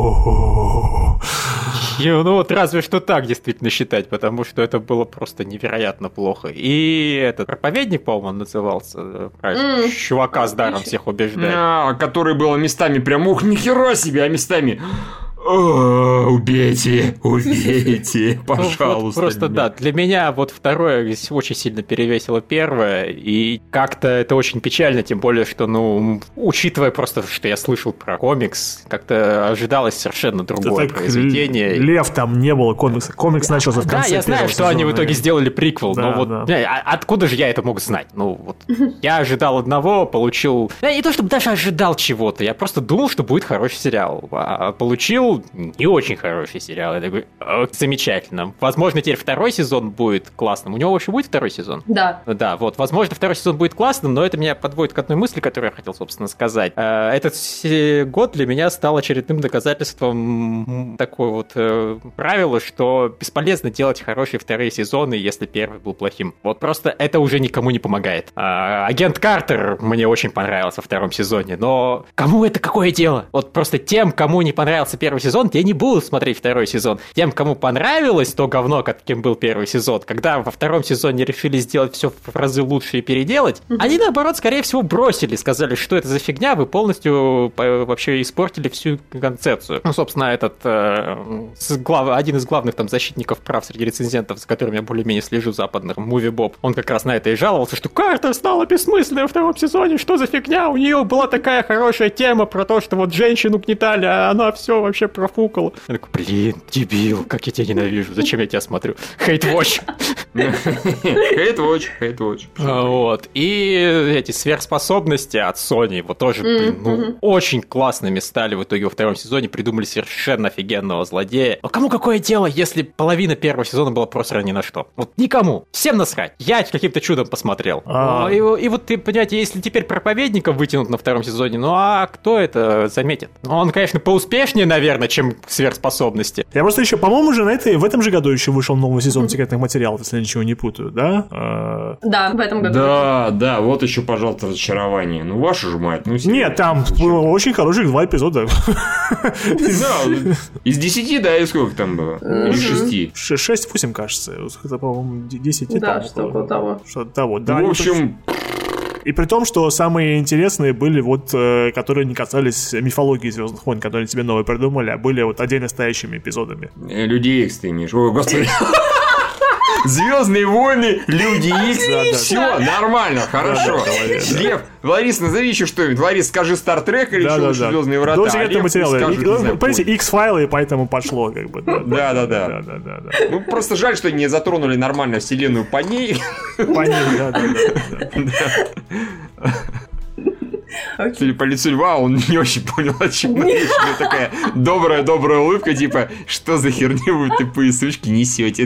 Ну вот разве что так действительно считать, потому что это было просто невероятно плохо. И этот проповедник, по-моему, назывался, mm. чувака с даром всех убеждает. А, который было местами прям, ух, нихера себе, а местами... О, убейте, убейте, пожалуйста. Ну, вот просто меня. Да, для меня вот второе очень сильно перевесило первое, и как-то это очень печально, тем более, что, ну, учитывая просто, что я слышал про комикс, как-то ожидалось совершенно другое это произведение. Лев там не было комикса, комикс начался в конце. Да, я знаю, что сезона. Они в итоге сделали приквел, да, но вот да. бля, откуда же я это мог знать? Ну вот, я ожидал одного, получил... Я не то чтобы даже ожидал чего-то, я просто думал, что будет хороший сериал, а получил не очень хороший сериал. Я такой, замечательно. Возможно, теперь второй сезон будет классным. У него вообще будет второй сезон? Да. Да, вот. Возможно, второй сезон будет классным, но это меня подводит к одной мысли, которую я хотел, собственно, сказать. Этот год для меня стал очередным доказательством такое вот правило, что бесполезно делать хорошие вторые сезоны, если первый был плохим. Вот просто это уже никому не помогает. Агент Картер мне очень понравился во втором сезоне, но кому это какое дело? Вот просто тем, кому не понравился первый сезон, те не будут смотреть второй сезон. Тем, кому понравилось то говно, каким был первый сезон, когда во втором сезоне решили сделать все в разы лучше и переделать, mm-hmm. они, наоборот, скорее всего, бросили, сказали, что это за фигня, вы полностью вообще испортили всю концепцию. Ну, собственно, этот э, глав, один из главных там защитников прав среди рецензентов, за которыми я более-менее слежу, западных, Муви Боб, он как раз на это и жаловался, что Картер стала бессмысленной во втором сезоне, что за фигня, у нее была такая хорошая тема про то, что вот женщину гнетали, а она все вообще профукала. Я такой, блин, дебил, как я тебя ненавижу, зачем я тебя смотрю? Хейт-вотч. Хейт-вотч, хейт-вотч. Вот, и эти сверхспособности от Sony, вот тоже, блин, ну, очень классными стали в итоге во втором сезоне, придумали совершенно офигенного злодея. Но кому какое дело, если половина первого сезона была просто ни на что? Вот никому. Всем насрать. Я каким-то чудом посмотрел. И, и вот, ты, понимаете, если теперь проповедника вытянут на втором сезоне, ну а кто это заметит? Ну, он, конечно, поуспешнее, наверное, чем сверхспособности. Я просто еще, по-моему, же на этой, в этом же году еще вышел новый сезон секретных материалов, если я ничего не путаю, да? Да, в этом году. Да, да, вот еще, пожалуйста, разочарование. Ну, вашу же мать. Ну, нет, там было очень хороших два эпизода. Да, из десяти, да, и сколько там было? Из шести. шесть-восемь, кажется. Это, по-моему, десять. Да, что-то того. Что-то того, да. В общем... И при том, что самые интересные были вот, э, которые не касались мифологии Звездных войн, которые тебе новые придумали, а были вот отдельно стоящими эпизодами. Людей Икс ты имеешь. Ой, господи. Звездные войны, Люди Икс, все нормально, хорошо. Лев, Ларис, назови еще что-нибудь. Ларис, скажи Стартрек или еще Звездные врата. До секретного материала. Понимаете, X-файлы, и поэтому пошло, как бы. Да, да, да. Ну, просто жаль, что не затронули нормально вселенную по ней. По ней, да, да, да. Okay. Судя по лицу Льва, он не очень понял, о чем речь. У него такая добрая-добрая улыбка, типа, что за херню вы тупые сучки несете?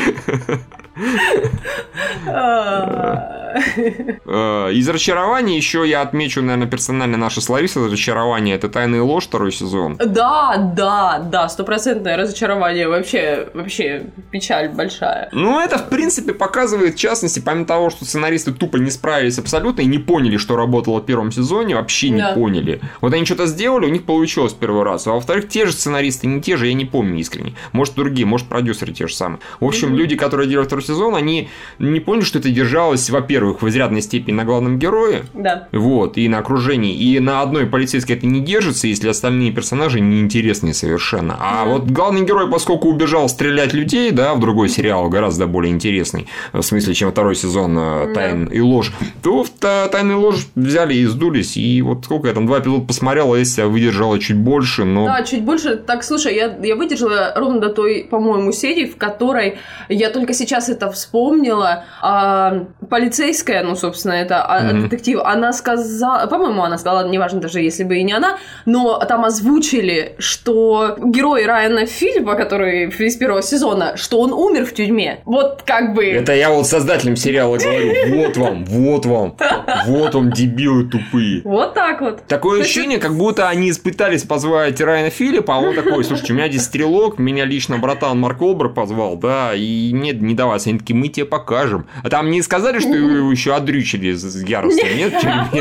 Из разочарования еще я отмечу, наверное, персонально наше с Ларисой разочарование. Это «Тайная ложь», второй сезон. Да, да, да, стопроцентное разочарование. Вообще, вообще печаль большая. Ну, это, в принципе, показывает, в частности, помимо того, что сценаристы тупо не справились абсолютно и не поняли, что работало в первом сезоне, вообще не да. поняли. Вот они что-то сделали, у них получилось в первый раз. А во-вторых, те же сценаристы, не те же, я не помню искренне. Может, другие, может, продюсеры те же самые. В общем, mm-hmm. люди, которые делали второй сезон, они не поняли, что это держалось, во-первых, в изрядной степени на главном герое, да. вот, и на окружении, и на одной полицейской это не держится, если остальные персонажи неинтересные совершенно. А mm-hmm. вот главный герой, поскольку убежал стрелять людей, да, в другой сериал, гораздо более интересный, в смысле, чем второй сезон «Тайн mm-hmm. и ложь», то в «Тайную ложь» взяли и сдулись, и вот сколько я там, два эпизода посмотрел, а если я выдержала чуть больше, но... Да, чуть больше. Так, слушай, я, я выдержала ровно до той, по-моему, серии, в которой я только сейчас это вспомнила. А, полицейская, ну, собственно, это mm-hmm. детектив, она сказала, по-моему, она сказала, неважно даже, если бы и не она, но там озвучили, что герой Райана Филиппа, который из первого сезона, что он умер в тюрьме. Вот как бы... Это я вот создателям сериала говорю, вот вам, вот вам, вот вам, дебилы тупые. Вот так вот. Такое То ощущение, есть... как будто они испытались позвать Райана Филиппа, а он такой, слушайте, у меня здесь стрелок, меня лично братан Марк Уолберг позвал, да, и нет, не давайся. Они такие, мы тебе покажем. А там не сказали, что его еще одрючили с яростью, нет?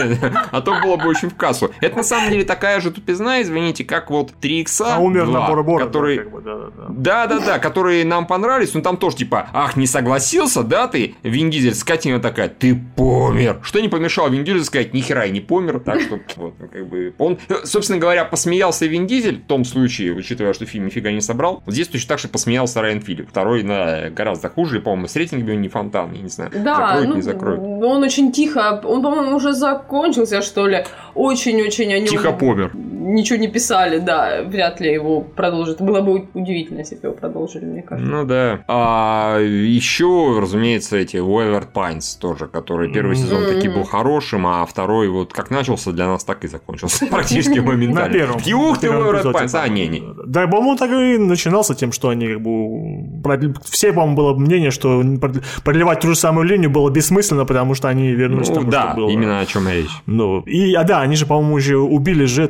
А то было бы очень в кассу. Это на самом деле такая же тупизна, извините, как вот три икса, а умер на Бора-Бора, который... да, как бы, да, да, да. Да-да-да, которые нам понравились, но там тоже типа, ах, не согласился, да, ты? Вин Дизель, скотина такая, ты помер. Что не помешало Вин Дизелю сказать, нихера я не помер, так что вот, как бы, он, собственно говоря, посмеялся Вин Дизель в том случае, учитывая, что фильм нифига не собрал. Вот здесь точно так же посмеялся Райан Филипп. Второй на гораздо хуже, и, по-моему, с рейтингами не фонтан, я не знаю, да, закроет, ну, не закроет. Он очень тихо, он, по-моему, уже закончился, что ли, очень-очень о нем... Тихо помер. Ничего не писали, да, вряд ли его продолжат. Было бы удивительно, если бы его продолжили, мне кажется. Ну да. А еще, разумеется, эти Wayward Pines тоже, который первый сезон таки был хорошим, а второй вот как начался для нас, так и закончился. Практически моментально. На первом. Ух ты, Wayward Pines, а, не-не. Да, по-моему, так и начинался тем, что они как бы... Все, по-моему, было мнение, что продлевать ту же самую линию было бессмысленно, потому что они вернулись к тому, да, что было. Именно о чем речь. Ну, и, а да, они же, по-моему, уже убили же эту Карлу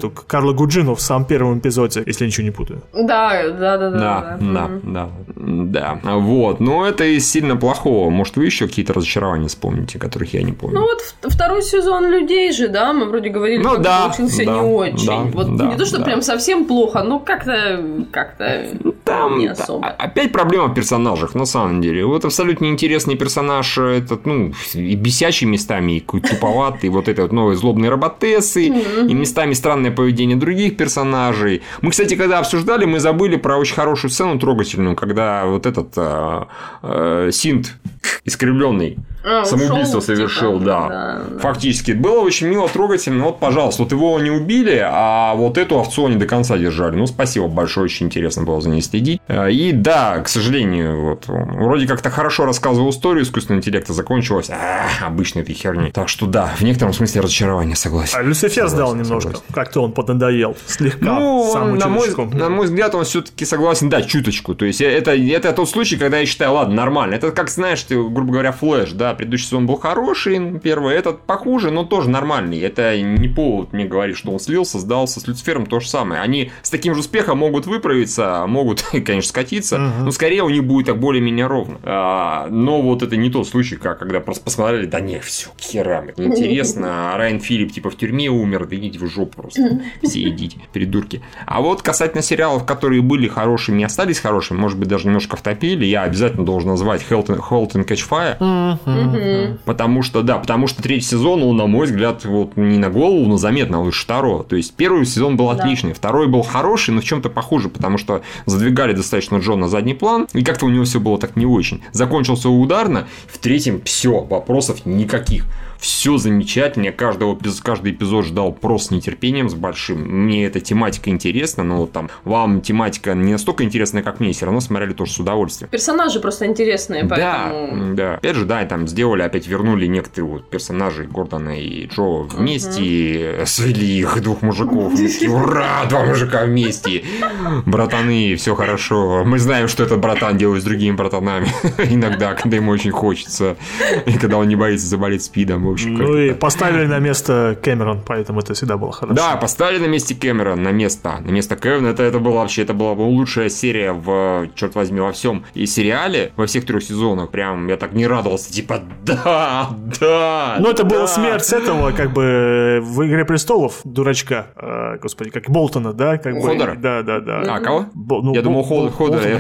Михаила Гуджину в самом первом эпизоде, если я ничего не путаю. Да, да, да, да. Да, да, да, да. Вот, но это из сильно плохого. Может, вы еще какие-то разочарования вспомните, которых я не помню? Ну вот второй сезон «Людей» же, да, мы вроде говорили, ну, что да, получился да, не очень. Да, вот да, не то, что да. прям совсем плохо, но как-то, как-то там не особо. Опять проблема в персонажах, на самом деле. Вот абсолютно неинтересный персонаж, этот, ну, и бесячий местами, и какой-то туповатый, вот это вот новые злобные роботессы, и местами странное поведение других персонажей. Мы, кстати, когда обсуждали, мы забыли про очень хорошую сцену трогательную, когда вот этот э, э, Синт искривленный а, самоубийство ушел, совершил, типа, да. Да, да. Фактически. Было очень мило, трогательно. Вот, пожалуйста, вот его не убили, а вот эту овцу они до конца держали. Ну, спасибо большое, очень интересно было за ней следить. И да, к сожалению, вот, вроде как-то хорошо рассказывал историю искусственного интеллекта, закончилась а, обычной этой херней. Так что да, в некотором смысле разочарование, согласен. А Люцифер сдал немножко. Согласен. Как-то он поднадоел. Слегка. Ну, на мой, на мой взгляд, он все-таки согласен, да, чуточку. То есть, это, это тот случай, когда я считаю, ладно, нормально. Это как, знаешь, ты, грубо говоря, Флэш, да, предыдущий сезон был хороший, первый, этот похуже, но тоже нормальный. Это не повод мне говорить, что он слился, сдался. С Люцифером то же самое. Они с таким же успехом могут выправиться, могут, конечно, скатиться, uh-huh. но скорее у них будет так более-менее ровно. А, но вот это не тот случай, как когда просто посмотрели, да не, все, к херам, это неинтересно. А Райан Филипп типа в тюрьме умер, да идите в жопу просто. Все идите, придурки. А вот касательно сериалов, которые были хорошими и остались хорошими, может быть, даже немножко втопили, я обязательно должен назвать Halt and Catch Fire. Uh-huh. Потому что, да, потому что третий сезон, он, на мой взгляд, вот не на голову, но заметно лучше второго. То есть первый сезон был отличный, да. Второй был хороший, но в чем-то похуже, потому что задвигали достаточно Джо на задний план, и как-то у него все было так не очень. Закончился ударно, в третьем все, вопросов никаких. Все замечательно, я каждого, каждый эпизод ждал просто с нетерпением, с большим. Мне эта тематика интересна, но вот там вам тематика не настолько интересная, как мне, все равно смотрели тоже с удовольствием. Персонажи просто интересные, поэтому... Да, да. Опять же, да, там сделали, опять вернули некоторые вот персонажи Гордона и Джо вместе, угу. Свели их, двух мужиков вместе. Ура, два мужика вместе. Братаны, все хорошо. Мы знаем, что этот братан делает с другими братанами. Иногда, когда ему очень хочется, и когда он не боится заболеть СПИДом. Общем, ну и поставили на место Кэмерон, поэтому это всегда было хорошо. Да, поставили на месте Кэмерон, на место, на место Кэмерона. Это, это было вообще, это была лучшая серия в, черт возьми, во всем и сериале, во всех трех сезонах. Прям я так не радовался, типа, да, да. Ну это да. была смерть этого, как бы в «Игре престолов» дурачка, э, господи, как Болтона, да, как бы. Ходора? Да, да, да. А кого? Бо, ну, я Бол, думал Ход, Ходора.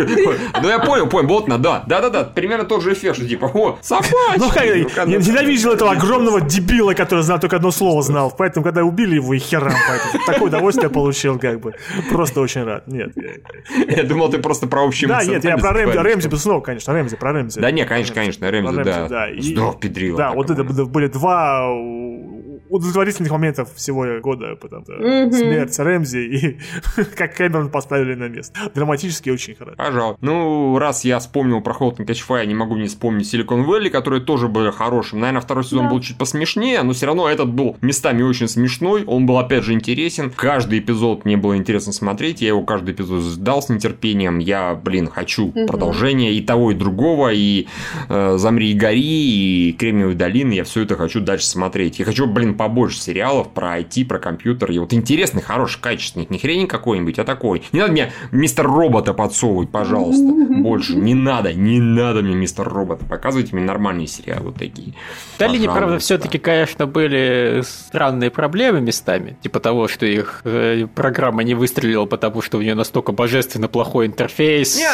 Ну я понял, понял, Болтона, да, да, да, да. Примерно тот же эффект, что типа, о, собачка. Ну как, я ненавидел этого огромного дебила, который знал только одно слово знал. Поэтому, когда убили его, и херам, поэтому такое удовольствие получил, как бы. Просто очень рад. Нет. Я думал, ты просто про общий Да, нет, я про Рэмзи, Рэмзи, снова, конечно, Рэмзи, про Рэмзи. Да нет, конечно, конечно, Рэмзи, да. Сдох педрила. Да, вот это были два удовлетворительных моментов всего года, потому что mm-hmm. смерть Рэмзи и как Кэмерон поставили на место. Драматически очень хорошо. Пожалуй. Ну, раз я вспомнил про Halt and Catch Fire, не могу не вспомнить Silicon Valley, которые тоже были хорошим. Наверное, второй сезон yeah. был чуть посмешнее, но все равно этот был местами очень смешной. Он был, опять же, интересен. Каждый эпизод мне было интересно смотреть. Я его каждый эпизод ждал с нетерпением. Я, блин, хочу mm-hmm. продолжения и того, и другого, и э, «Замри и гори», и «Кремниевой долины». Я все это хочу дальше смотреть. Я хочу, блин, побольше сериалов про ай ти, про компьютер. И вот интересный, хороший, качественный. Не хрень какой-нибудь, а такой. Не надо мне мистер Робота подсовывать, пожалуйста. Больше. Не надо, не надо мне мистер Робота. Показывайте мне нормальные сериалы вот такие. В Таллине, правда, все-таки, конечно, были странные проблемы местами. Типа того, что их э, программа не выстрелила, потому что у нее настолько божественно плохой интерфейс. Не,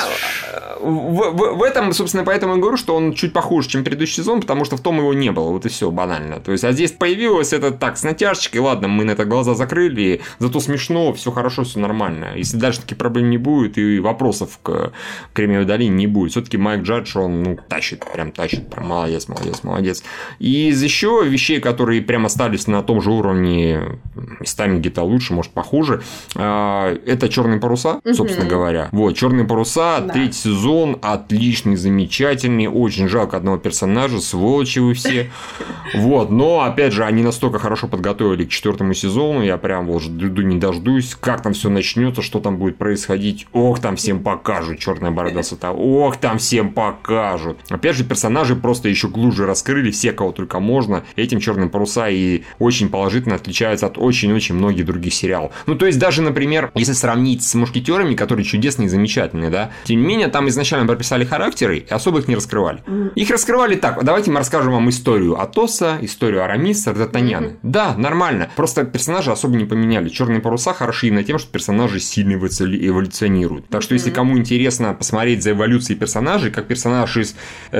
в, в, в этом, собственно, поэтому я говорю, что он чуть похуже, чем предыдущий сезон, потому что в том его не было. Вот и все, банально. То есть, а здесь появилось это так, с натяжечкой, ладно, мы на это глаза закрыли, зато смешно, все хорошо, все нормально. Если дальше таких проблем не будет, и вопросов к Кремниевой долине не будет. Все-таки Майк Джадж, он, ну, тащит, прям тащит, прям молодец, молодец, молодец. И из еще вещей, которые прям остались на том же уровне, местами где-то лучше, может, похуже, это «Черные паруса», собственно говоря. Вот, «Черные паруса», да. Третий сезон, отличный, замечательный, очень жалко одного персонажа, сволочи вы все. Вот, но, опять же, они настолько хорошо подготовили к четвертому сезону, я прям вот жду не дождусь, как там все начнется, что там будет происходить. Ох, там всем покажут, черная борода сата. Ох, там всем покажут. Опять же, персонажи просто еще глубже раскрыли, все, кого только можно. Этим «Черные паруса» и очень положительно отличаются от очень очень-очень многих других сериалов. Ну, то есть, даже, например, если сравнить с «Мушкетерами», которые чудесные и замечательные, да, тем не менее, там изначально прописали характеры и особо их не раскрывали. Их раскрывали так: давайте мы расскажем вам историю Атоса, историю Арамиса, Д'Артаньяна. Mm-hmm. Да, нормально. Просто персонажи особо не поменяли. «Черные паруса» хороши именно тем, что персонажи сильно эволюционируют. Так что, если кому интересно посмотреть за эволюцией персонажей, как персонаж из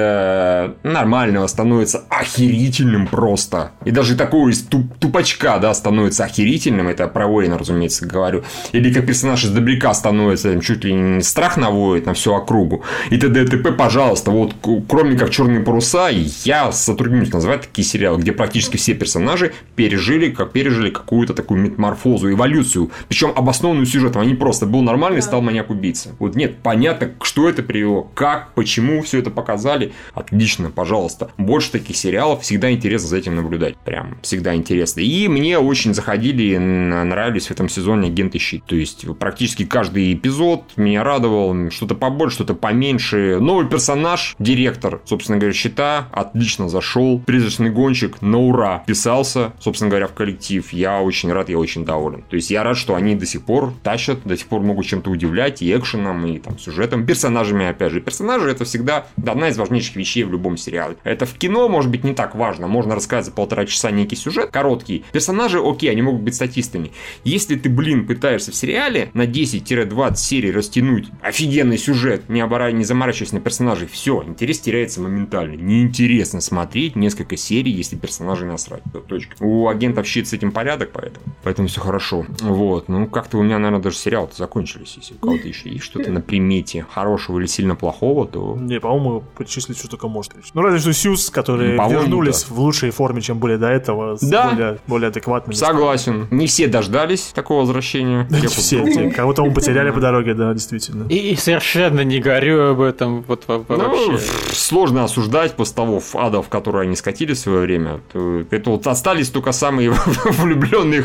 э, нормального становится охерительным просто. И даже такого из туп- тупачка, да, становится охерительным. Это про Уэйна, разумеется, говорю. Или как персонаж из добряка становится там, чуть ли не страх наводит на всю округу. И т.д. и т.п. Пожалуйста. Вот, кроме как «Черные паруса», я затруднюсь назвать такие сериалы, где практически все персонажи пережили, как пережили какую-то такую метаморфозу, эволюцию. Причем обоснованную сюжетом. Они просто был нормальный, стал маньяк-убийца. Вот нет, понятно, что это привело, как, почему все это показали. Отлично, пожалуйста. Больше таких сериалов, всегда интересно за этим наблюдать. Прям всегда интересно. И мне очень заходили и нравились в этом сезоне «Агенты Щит». То есть практически каждый эпизод меня радовал. Что-то побольше, что-то поменьше. Новый персонаж, директор, собственно говоря, «Щита», отлично зашел. «Призрачный гонщик» на ура вписался, собственно говоря, в коллектив. Я очень рад, я очень доволен. То есть я рад, что они до сих пор тащат, до сих пор могут чем-то удивлять и экшеном, и там сюжетом, персонажами, опять же. Персонажи — это всегда одна из важнейших вещей в любом сериале. Это в кино, может быть, не так важно. Можно рассказать за полтора часа некий сюжет, короткий. Персонажи, окей, они могут быть статистами. Если ты, блин, пытаешься в сериале на десять-двадцать серий растянуть офигенный сюжет, не, обора... не заморачиваясь на персонажей, все, интерес теряется моментально. Неинтересно смотреть несколько серий, если персонажей насрать. Точка. У «Агентов Щит» с этим порядок, поэтому. Поэтому все хорошо. Вот. Ну, как-то у меня, наверное, даже сериалы-то закончились. Если у кого-то еще есть что-то на примете хорошего или сильно плохого, то... Не, по-моему, перечислить что только может. Ну, разве что Сьюз, которые ну, вернулись да. в лучшей форме, чем были до этого, да. с более, более адекватными. Согласен. Не все дождались такого возвращения. Да не все. Те, кого-то мы потеряли по дороге, да, действительно. И совершенно не горю об этом вот вообще. Ну, сложно осуждать после того ада, в который они скатились в свое время. Это вот остались только самые влюбленные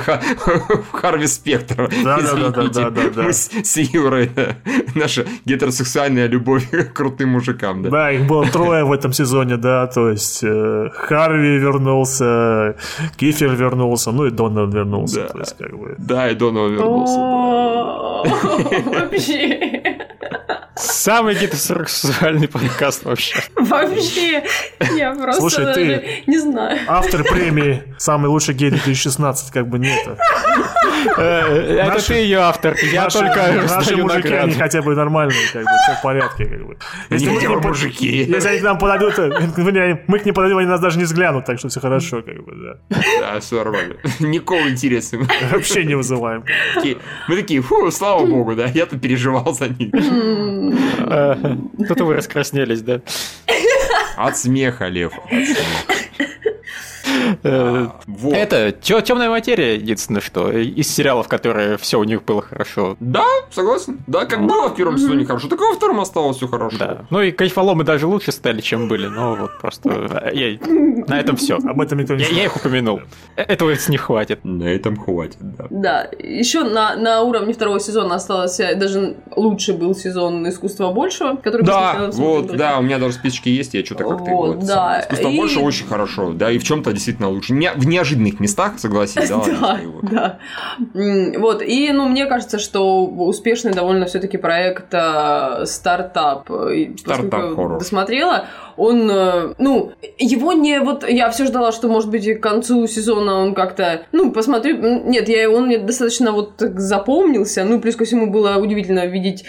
в Харви Спектра. Да, да, да, да, да, да. Мы с, с Юрой, да, наша гетеросексуальная любовь к крутым мужикам. Да, да, их было трое в этом сезоне, да, то есть э, Харви вернулся, Кифер вернулся, ну и Донован вернулся. Да, то есть, как бы... да и Донован вернулся. Вообще. Самый гетеросексуальный подкаст вообще. Вообще. Я просто Слушай, даже ты не знаю. Автор премии «Самый лучший гей две тысячи шестнадцать», как бы нет. Это ты ее автор, я только Наши мужики, они хотя бы нормальные, как бы, все в порядке, как бы. Если мужики. Если они к нам подойдут, мы к ним подойдем, они нас даже не взглянут, так что все хорошо, как бы, да. Да, все нормально. Никакого интереса. Вообще не вызываем. Мы такие, фу, слава богу, да, я-то переживал за них. Тут вы раскраснелись, да? От смеха, Лев. От смеха. А, вот. Это «Темная материя», единственное, что из сериалов, которые все у них было хорошо. Да, согласен. Да, как было в первом сезоне хорошо, так и во втором осталось все хорошо. Да. Ну и кайфоломы даже лучше стали, чем были. Но вот просто я... на этом все. Об этом никто не я, я их упомянул. Этого не хватит. На этом хватит, да. Да, еще на, на уровне второго сезона осталось, даже лучше был сезон «Искусства большего», который... Да, вот, да, у меня даже спички есть, я что-то как-то... Вот, вот, да. «Искусство и... больше» очень хорошо, да, и в чем-то действительно лучше. Не, в неожиданных местах, согласись, да, да, да. Вот, и, ну, мне кажется, что успешный довольно все-таки проект э, «Стартап». «Стартап-хоррор». Досмотрела, он, э, ну, его не, вот, я все ждала, что, может быть, к концу сезона он как-то, ну, посмотрю, нет, я, он мне достаточно вот запомнился, ну, плюс ко всему было удивительно видеть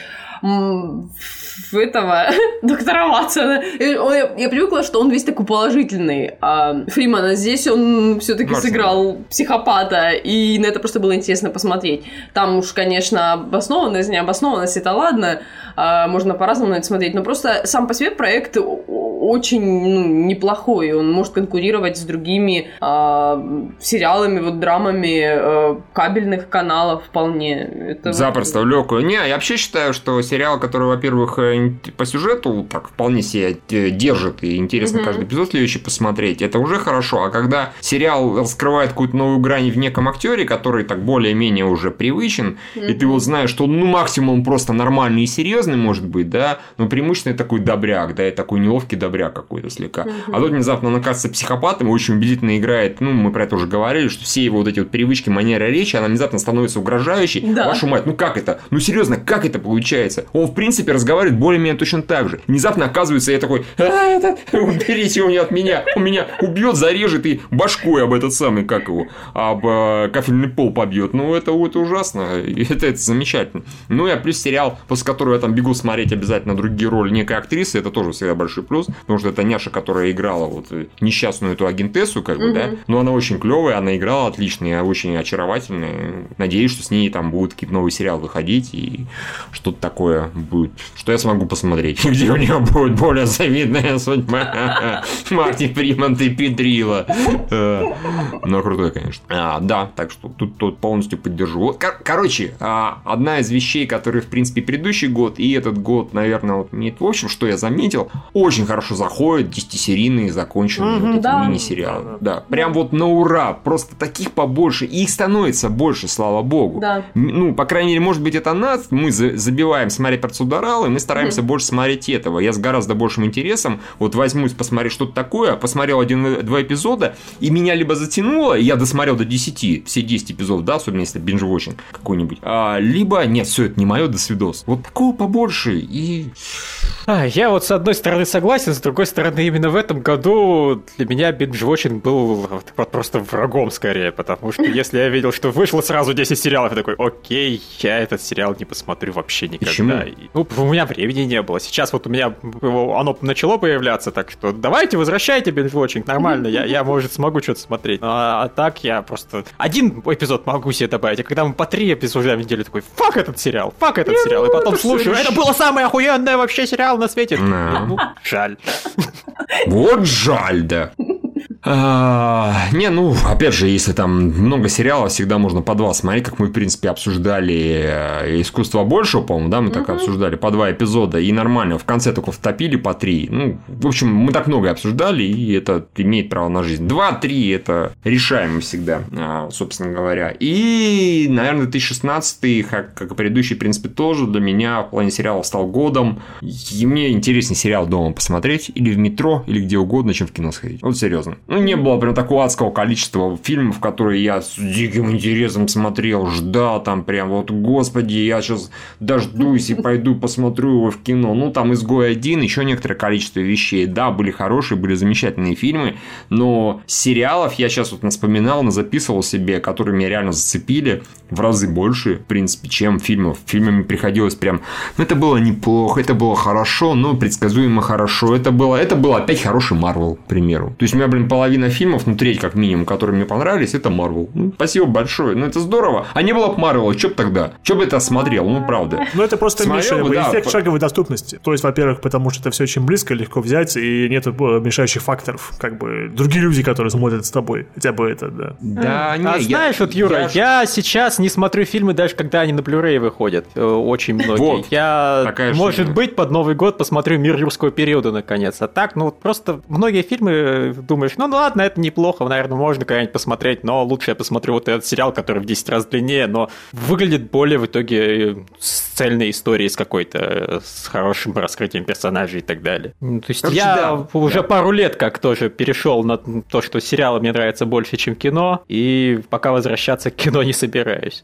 этого доктора Ватсона. Я, я привыкла, что он весь такой положительный. А Фримана здесь он все-таки сыграл психопата, и на это просто было интересно посмотреть. Там уж, конечно, обоснованность, необоснованность, это ладно, а можно по-разному на это смотреть, но просто сам по себе проект очень ну, неплохой. Он может конкурировать с другими а, сериалами, вот драмами а, кабельных каналов вполне. Это запросто, в легкую. Не, я вообще считаю, что сериал, который, во-первых, по сюжету так вполне себе держит и интересно mm-hmm. каждый эпизод следующий посмотреть, это уже хорошо. А когда сериал раскрывает какую-то новую грань в неком актере, который так более-менее уже привычен, mm-hmm. и ты вот знаешь, что ну максимум он просто нормальный и серьезный может быть, да, но преимущественно такой добряк, да, и такой неловкий добряк. добряк какой-то слегка. Uh-huh. А тут внезапно он оказывается психопатом и очень убедительно играет. Ну, мы про это уже говорили, что все его вот эти вот привычки, манера речи, она внезапно становится угрожающей. Да. Вашу мать, ну как это? Ну серьезно, как это получается? Он, в принципе, разговаривает более-менее точно так же. Внезапно оказывается, я такой, а, это, уберите его не от меня. Он меня убьет, зарежет и башкой об этот самый, как его, об э, кафельный пол побьет. Ну, это, это ужасно. Это, это замечательно. Ну, я плюс сериал, после которого я там бегу смотреть обязательно другие роли некой актрисы, это тоже всегда большой плюс, потому что это няша, которая играла вот несчастную эту агентессу, как бы, mm-hmm. да, но она очень клевая, она играла отлично, очень очаровательная. Надеюсь, что с ней там будут какие-то новые сериалы выходить и что-то такое будет, что я смогу посмотреть, где у нее будет более завидная судьба. Марти Фриман, ты педрила. Ну, крутой, конечно. А, да, так что тут, тут полностью поддержу. Кор- короче, одна из вещей, которые, в принципе, предыдущий год и этот год, наверное, вот нет. В общем, что я заметил, очень хорошо заходят десятисерийные законченные mm-hmm, вот эти да. мини-сериалы. Да, прям вот на ура. Просто таких побольше. И их становится больше, слава богу. Да. Ну, по крайней мере, может быть, это нас. Мы забиваем смотреть про Цудорала, и мы стараемся mm-hmm. больше смотреть этого. Я с гораздо большим интересом вот возьмусь посмотреть что-то такое, посмотрел один-два эпизода, и меня либо затянуло, и я досмотрел до десяти, все десять эпизодов, да, особенно если бинж-вотчинг какой-нибудь, а, либо нет, все это не мое, до свидос. Вот такого побольше, и... А, я вот с одной стороны согласен, с другой стороны именно в этом году для меня бинж-вотчинг был просто врагом скорее, потому что если я видел, что вышло сразу десять сериалов, я такой, окей, я этот сериал не посмотрю вообще никогда. Почему? Ну, у меня времени не было. Сейчас вот у меня оно начало появляться, так что давайте возвращайте бинж-вотчинг, нормально, я, я, может, смогу что-то смотреть. А, а так я просто один эпизод могу себе добавить, а когда мы по три эпизода в неделю, такой, фак этот сериал, фак этот не, сериал, ну, и потом слушаю, это было самое охуенное вообще сериал на свете. No. Ну, жаль. Вот жаль, да. А, не, ну, опять же, если там много сериалов, всегда можно по два смотреть, как мы, в принципе, обсуждали «Искусство большего», по-моему, да, мы так uh-huh. обсуждали, по два эпизода, и нормально, в конце только втопили по три. Ну, в общем, мы так много обсуждали, и это имеет право на жизнь. Два-три – это решаемо всегда, собственно говоря. И, наверное, две тысячи шестнадцатый, как и предыдущий, в принципе, тоже для меня в плане сериалов стал годом. И мне интереснее сериал дома посмотреть, или в метро, или где угодно, чем в кино сходить. Вот серьезно. Ну, не было прям такого адского количества фильмов, которые я с диким интересом смотрел, ждал там прям вот, господи, я сейчас дождусь и пойду посмотрю его в кино. Ну, там «Изгой один», еще некоторое количество вещей. Да, были хорошие, были замечательные фильмы, но сериалов я сейчас вот вспоминал, записывал себе, которые меня реально зацепили в разы больше, в принципе, чем фильмов. Фильмами приходилось прям, ну, это было неплохо, это было хорошо, но предсказуемо хорошо. Это было, это было опять хороший Марвел, к примеру. То есть, у меня, блин, половина фильмов, ну, треть как минимум, которые мне понравились, это Марвел. Ну, спасибо большое. Ну, это здорово. А не было бы Марвела, что бы тогда? Что бы это смотрел? Ну, правда. Ну, это просто Миша, бы, да, эффект по... шаговой доступности. То есть, во-первых, потому что это все очень близко, легко взять, и нет мешающих факторов. Как бы другие люди, которые смотрят с тобой. Хотя бы это, да. Да, не, а я, знаешь, вот, Юра, я... я сейчас не смотрю фильмы, даже когда они на Blu-ray выходят. Очень многие. Вот. Я, может штука. быть, под Новый год посмотрю «Мир юрского периода» наконец. А так, ну, просто многие фильмы думаешь, ну, ладно, это неплохо, наверное, можно когда-нибудь посмотреть, но лучше я посмотрю вот этот сериал, который в десять раз длиннее, но выглядит более в итоге с цельной историей, с какой-то, с хорошим раскрытием персонажей и так далее. То есть Короче, я да, уже да. пару лет как тоже перешел на то, что сериалы мне нравятся больше, чем кино, и пока возвращаться к кино не собираюсь.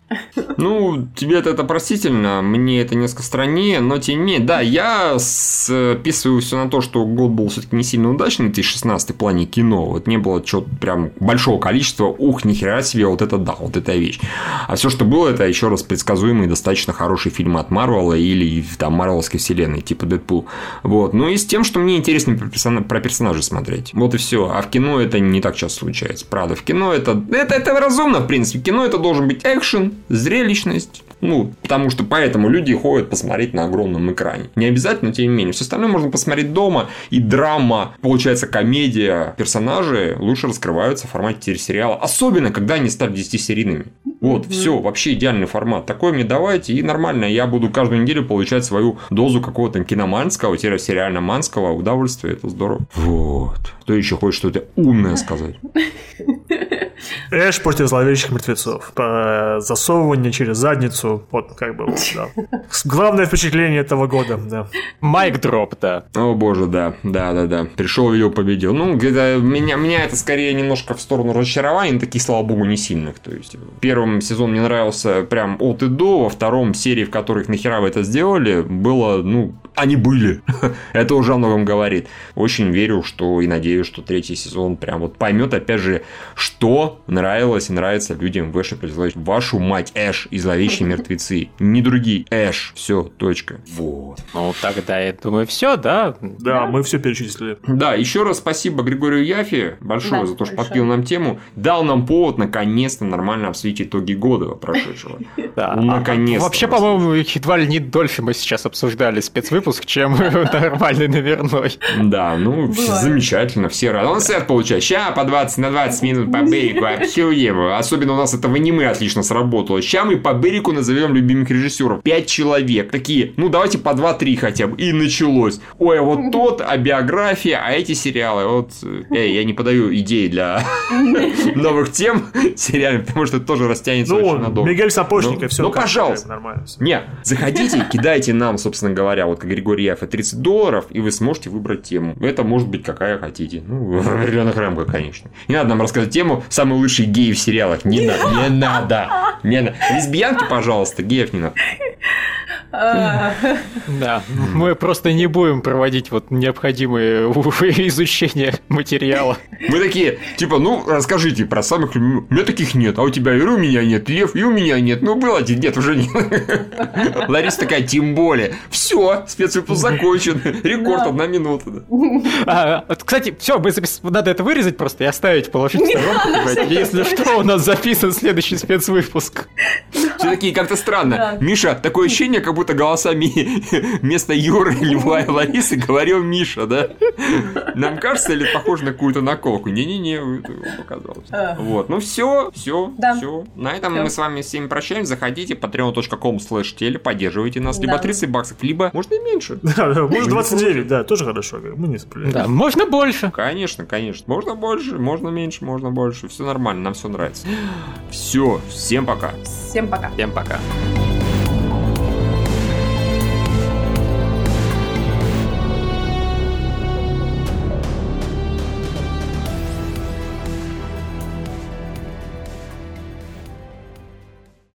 Ну, тебе это, это простительно, мне это несколько страннее, но тем не менее, да, я списываю все на то, что год был все-таки не сильно удачный, две тысячи шестнадцатый в плане кино, вот не было чего-то прям большого количества, ух, нихера себе, вот это да, вот эта вещь. А все, что было, это еще раз предсказуемые, достаточно хорошие фильмы от Марвела или там Марвеловской вселенной, типа Дэдпул. Вот. Ну и с тем, что мне интересно про персонажей смотреть. Вот и все. А в кино это не так часто случается. Правда, в кино это, это, это разумно, в принципе. Кино это должен быть экшен, зрелищность. Ну, потому что поэтому люди ходят посмотреть на огромном экране. Не обязательно, тем не менее. Все остальное можно посмотреть дома. И драма, получается, комедия, персонажи лучше раскрываются в формате телесериала. Особенно, когда они стали десятисерийными. Вот, mm-hmm. все, вообще идеальный формат. Такой мне давайте, и нормально. Я буду каждую неделю получать свою дозу какого-то киноманского, сериально-манского удовольствия. Это здорово. Вот. Кто еще хочет что-то умное сказать? Эш против зловещих мертвецов. По засовывание через задницу. Вот как бы, да. Главное впечатление этого года, да. Майк дроп, да. О боже, да, да, да, да. Пришел, видел, победил. Ну, где-то меня, меня это скорее немножко в сторону разочарований, таких, слава богу, не сильных. То есть, первым сезон мне нравился прям от и до, во втором серии, в которых нахера вы это сделали, было, ну, они были. Это уже о многом говорит. Очень верю, что и надеюсь, что третий сезон прям вот поймет, опять же, что нравилось и нравится людям в Эше против зловещих. Вашу мать, Эш и зловещие мертвецы. Не другие. Эш. Все, точка. Вот. Ну, тогда, я думаю, все, да? Да, мы все перечислили. Да, еще раз спасибо Григорию Яфе большое Да, за то, что большое. подкинул нам тему. Дал нам повод наконец-то нормально обсудить итоги года прошедшего. Да. Наконец-то. Вообще, по-моему, едва ли не дольше мы сейчас обсуждали спецвыпуск, чем нормальный номерной. Да, ну, Бывает. замечательно, все рады. Он сет получает. Ща по двадцать на двадцать минут по берегу обсудим. Особенно у нас это в аниме отлично сработало. Ща мы по берегу назовем любимых режиссеров. Пять человек. Такие, ну, давайте по два-три хотя бы. И началось. Ой, а вот тот, а биография, а эти сериалы. Вот, эй, я не подаю идеи для новых тем сериалов, потому что это тоже растянется очень Ну, надолго. Мигель Сапожников, Ну, все. ну, пожалуйста. Нормально. Не, заходите, кидайте нам, собственно говоря, вот как Григорий Яфе, тридцать долларов, и вы сможете выбрать тему. Это может быть какая хотите. Ну, в определенных рамках, конечно. Не надо нам рассказать тему «Самые лучшие геи в сериалах». Не надо, не надо. Не надо. Лесбиянки, пожалуйста, геев не надо. Да, мы просто не будем проводить вот необходимые изучения материала. Мы такие, типа, ну, расскажите про самых любимых. У меня таких нет, а у тебя и у меня нет, Лев, и у меня нет. Ну, был один, нет, уже нет. Лариса такая, тем более. Все, спецвыпуск закончен. Рекорд, одна минута. А, вот, кстати, все, мы запис... надо это вырезать просто и оставить, положить в сторонку. Если что, у нас записан следующий спецвыпуск. Все такие как-то странно. Да. Миша, такое ощущение, как будто голосами вместо Юры, Льва и Ларисы говорил Миша, да? Нам кажется, или похоже на какую-то наколку? Не-не-не, это показалось. А. Вот, ну все, все, Да. все. На этом Всё. мы с вами всеми прощаемся. Заходите, patreon точка com слэш теле, поддерживайте нас. Либо Да. тридцать баксов, либо, может, и меньше. Да, да, может двадцать девять, да, тоже хорошо. Мы не сопротивляемся. Да, можно больше. Конечно, конечно. Можно больше, можно меньше, можно больше. Все нормально, нам все нравится. Все, всем пока. Всем пока. Всем пока.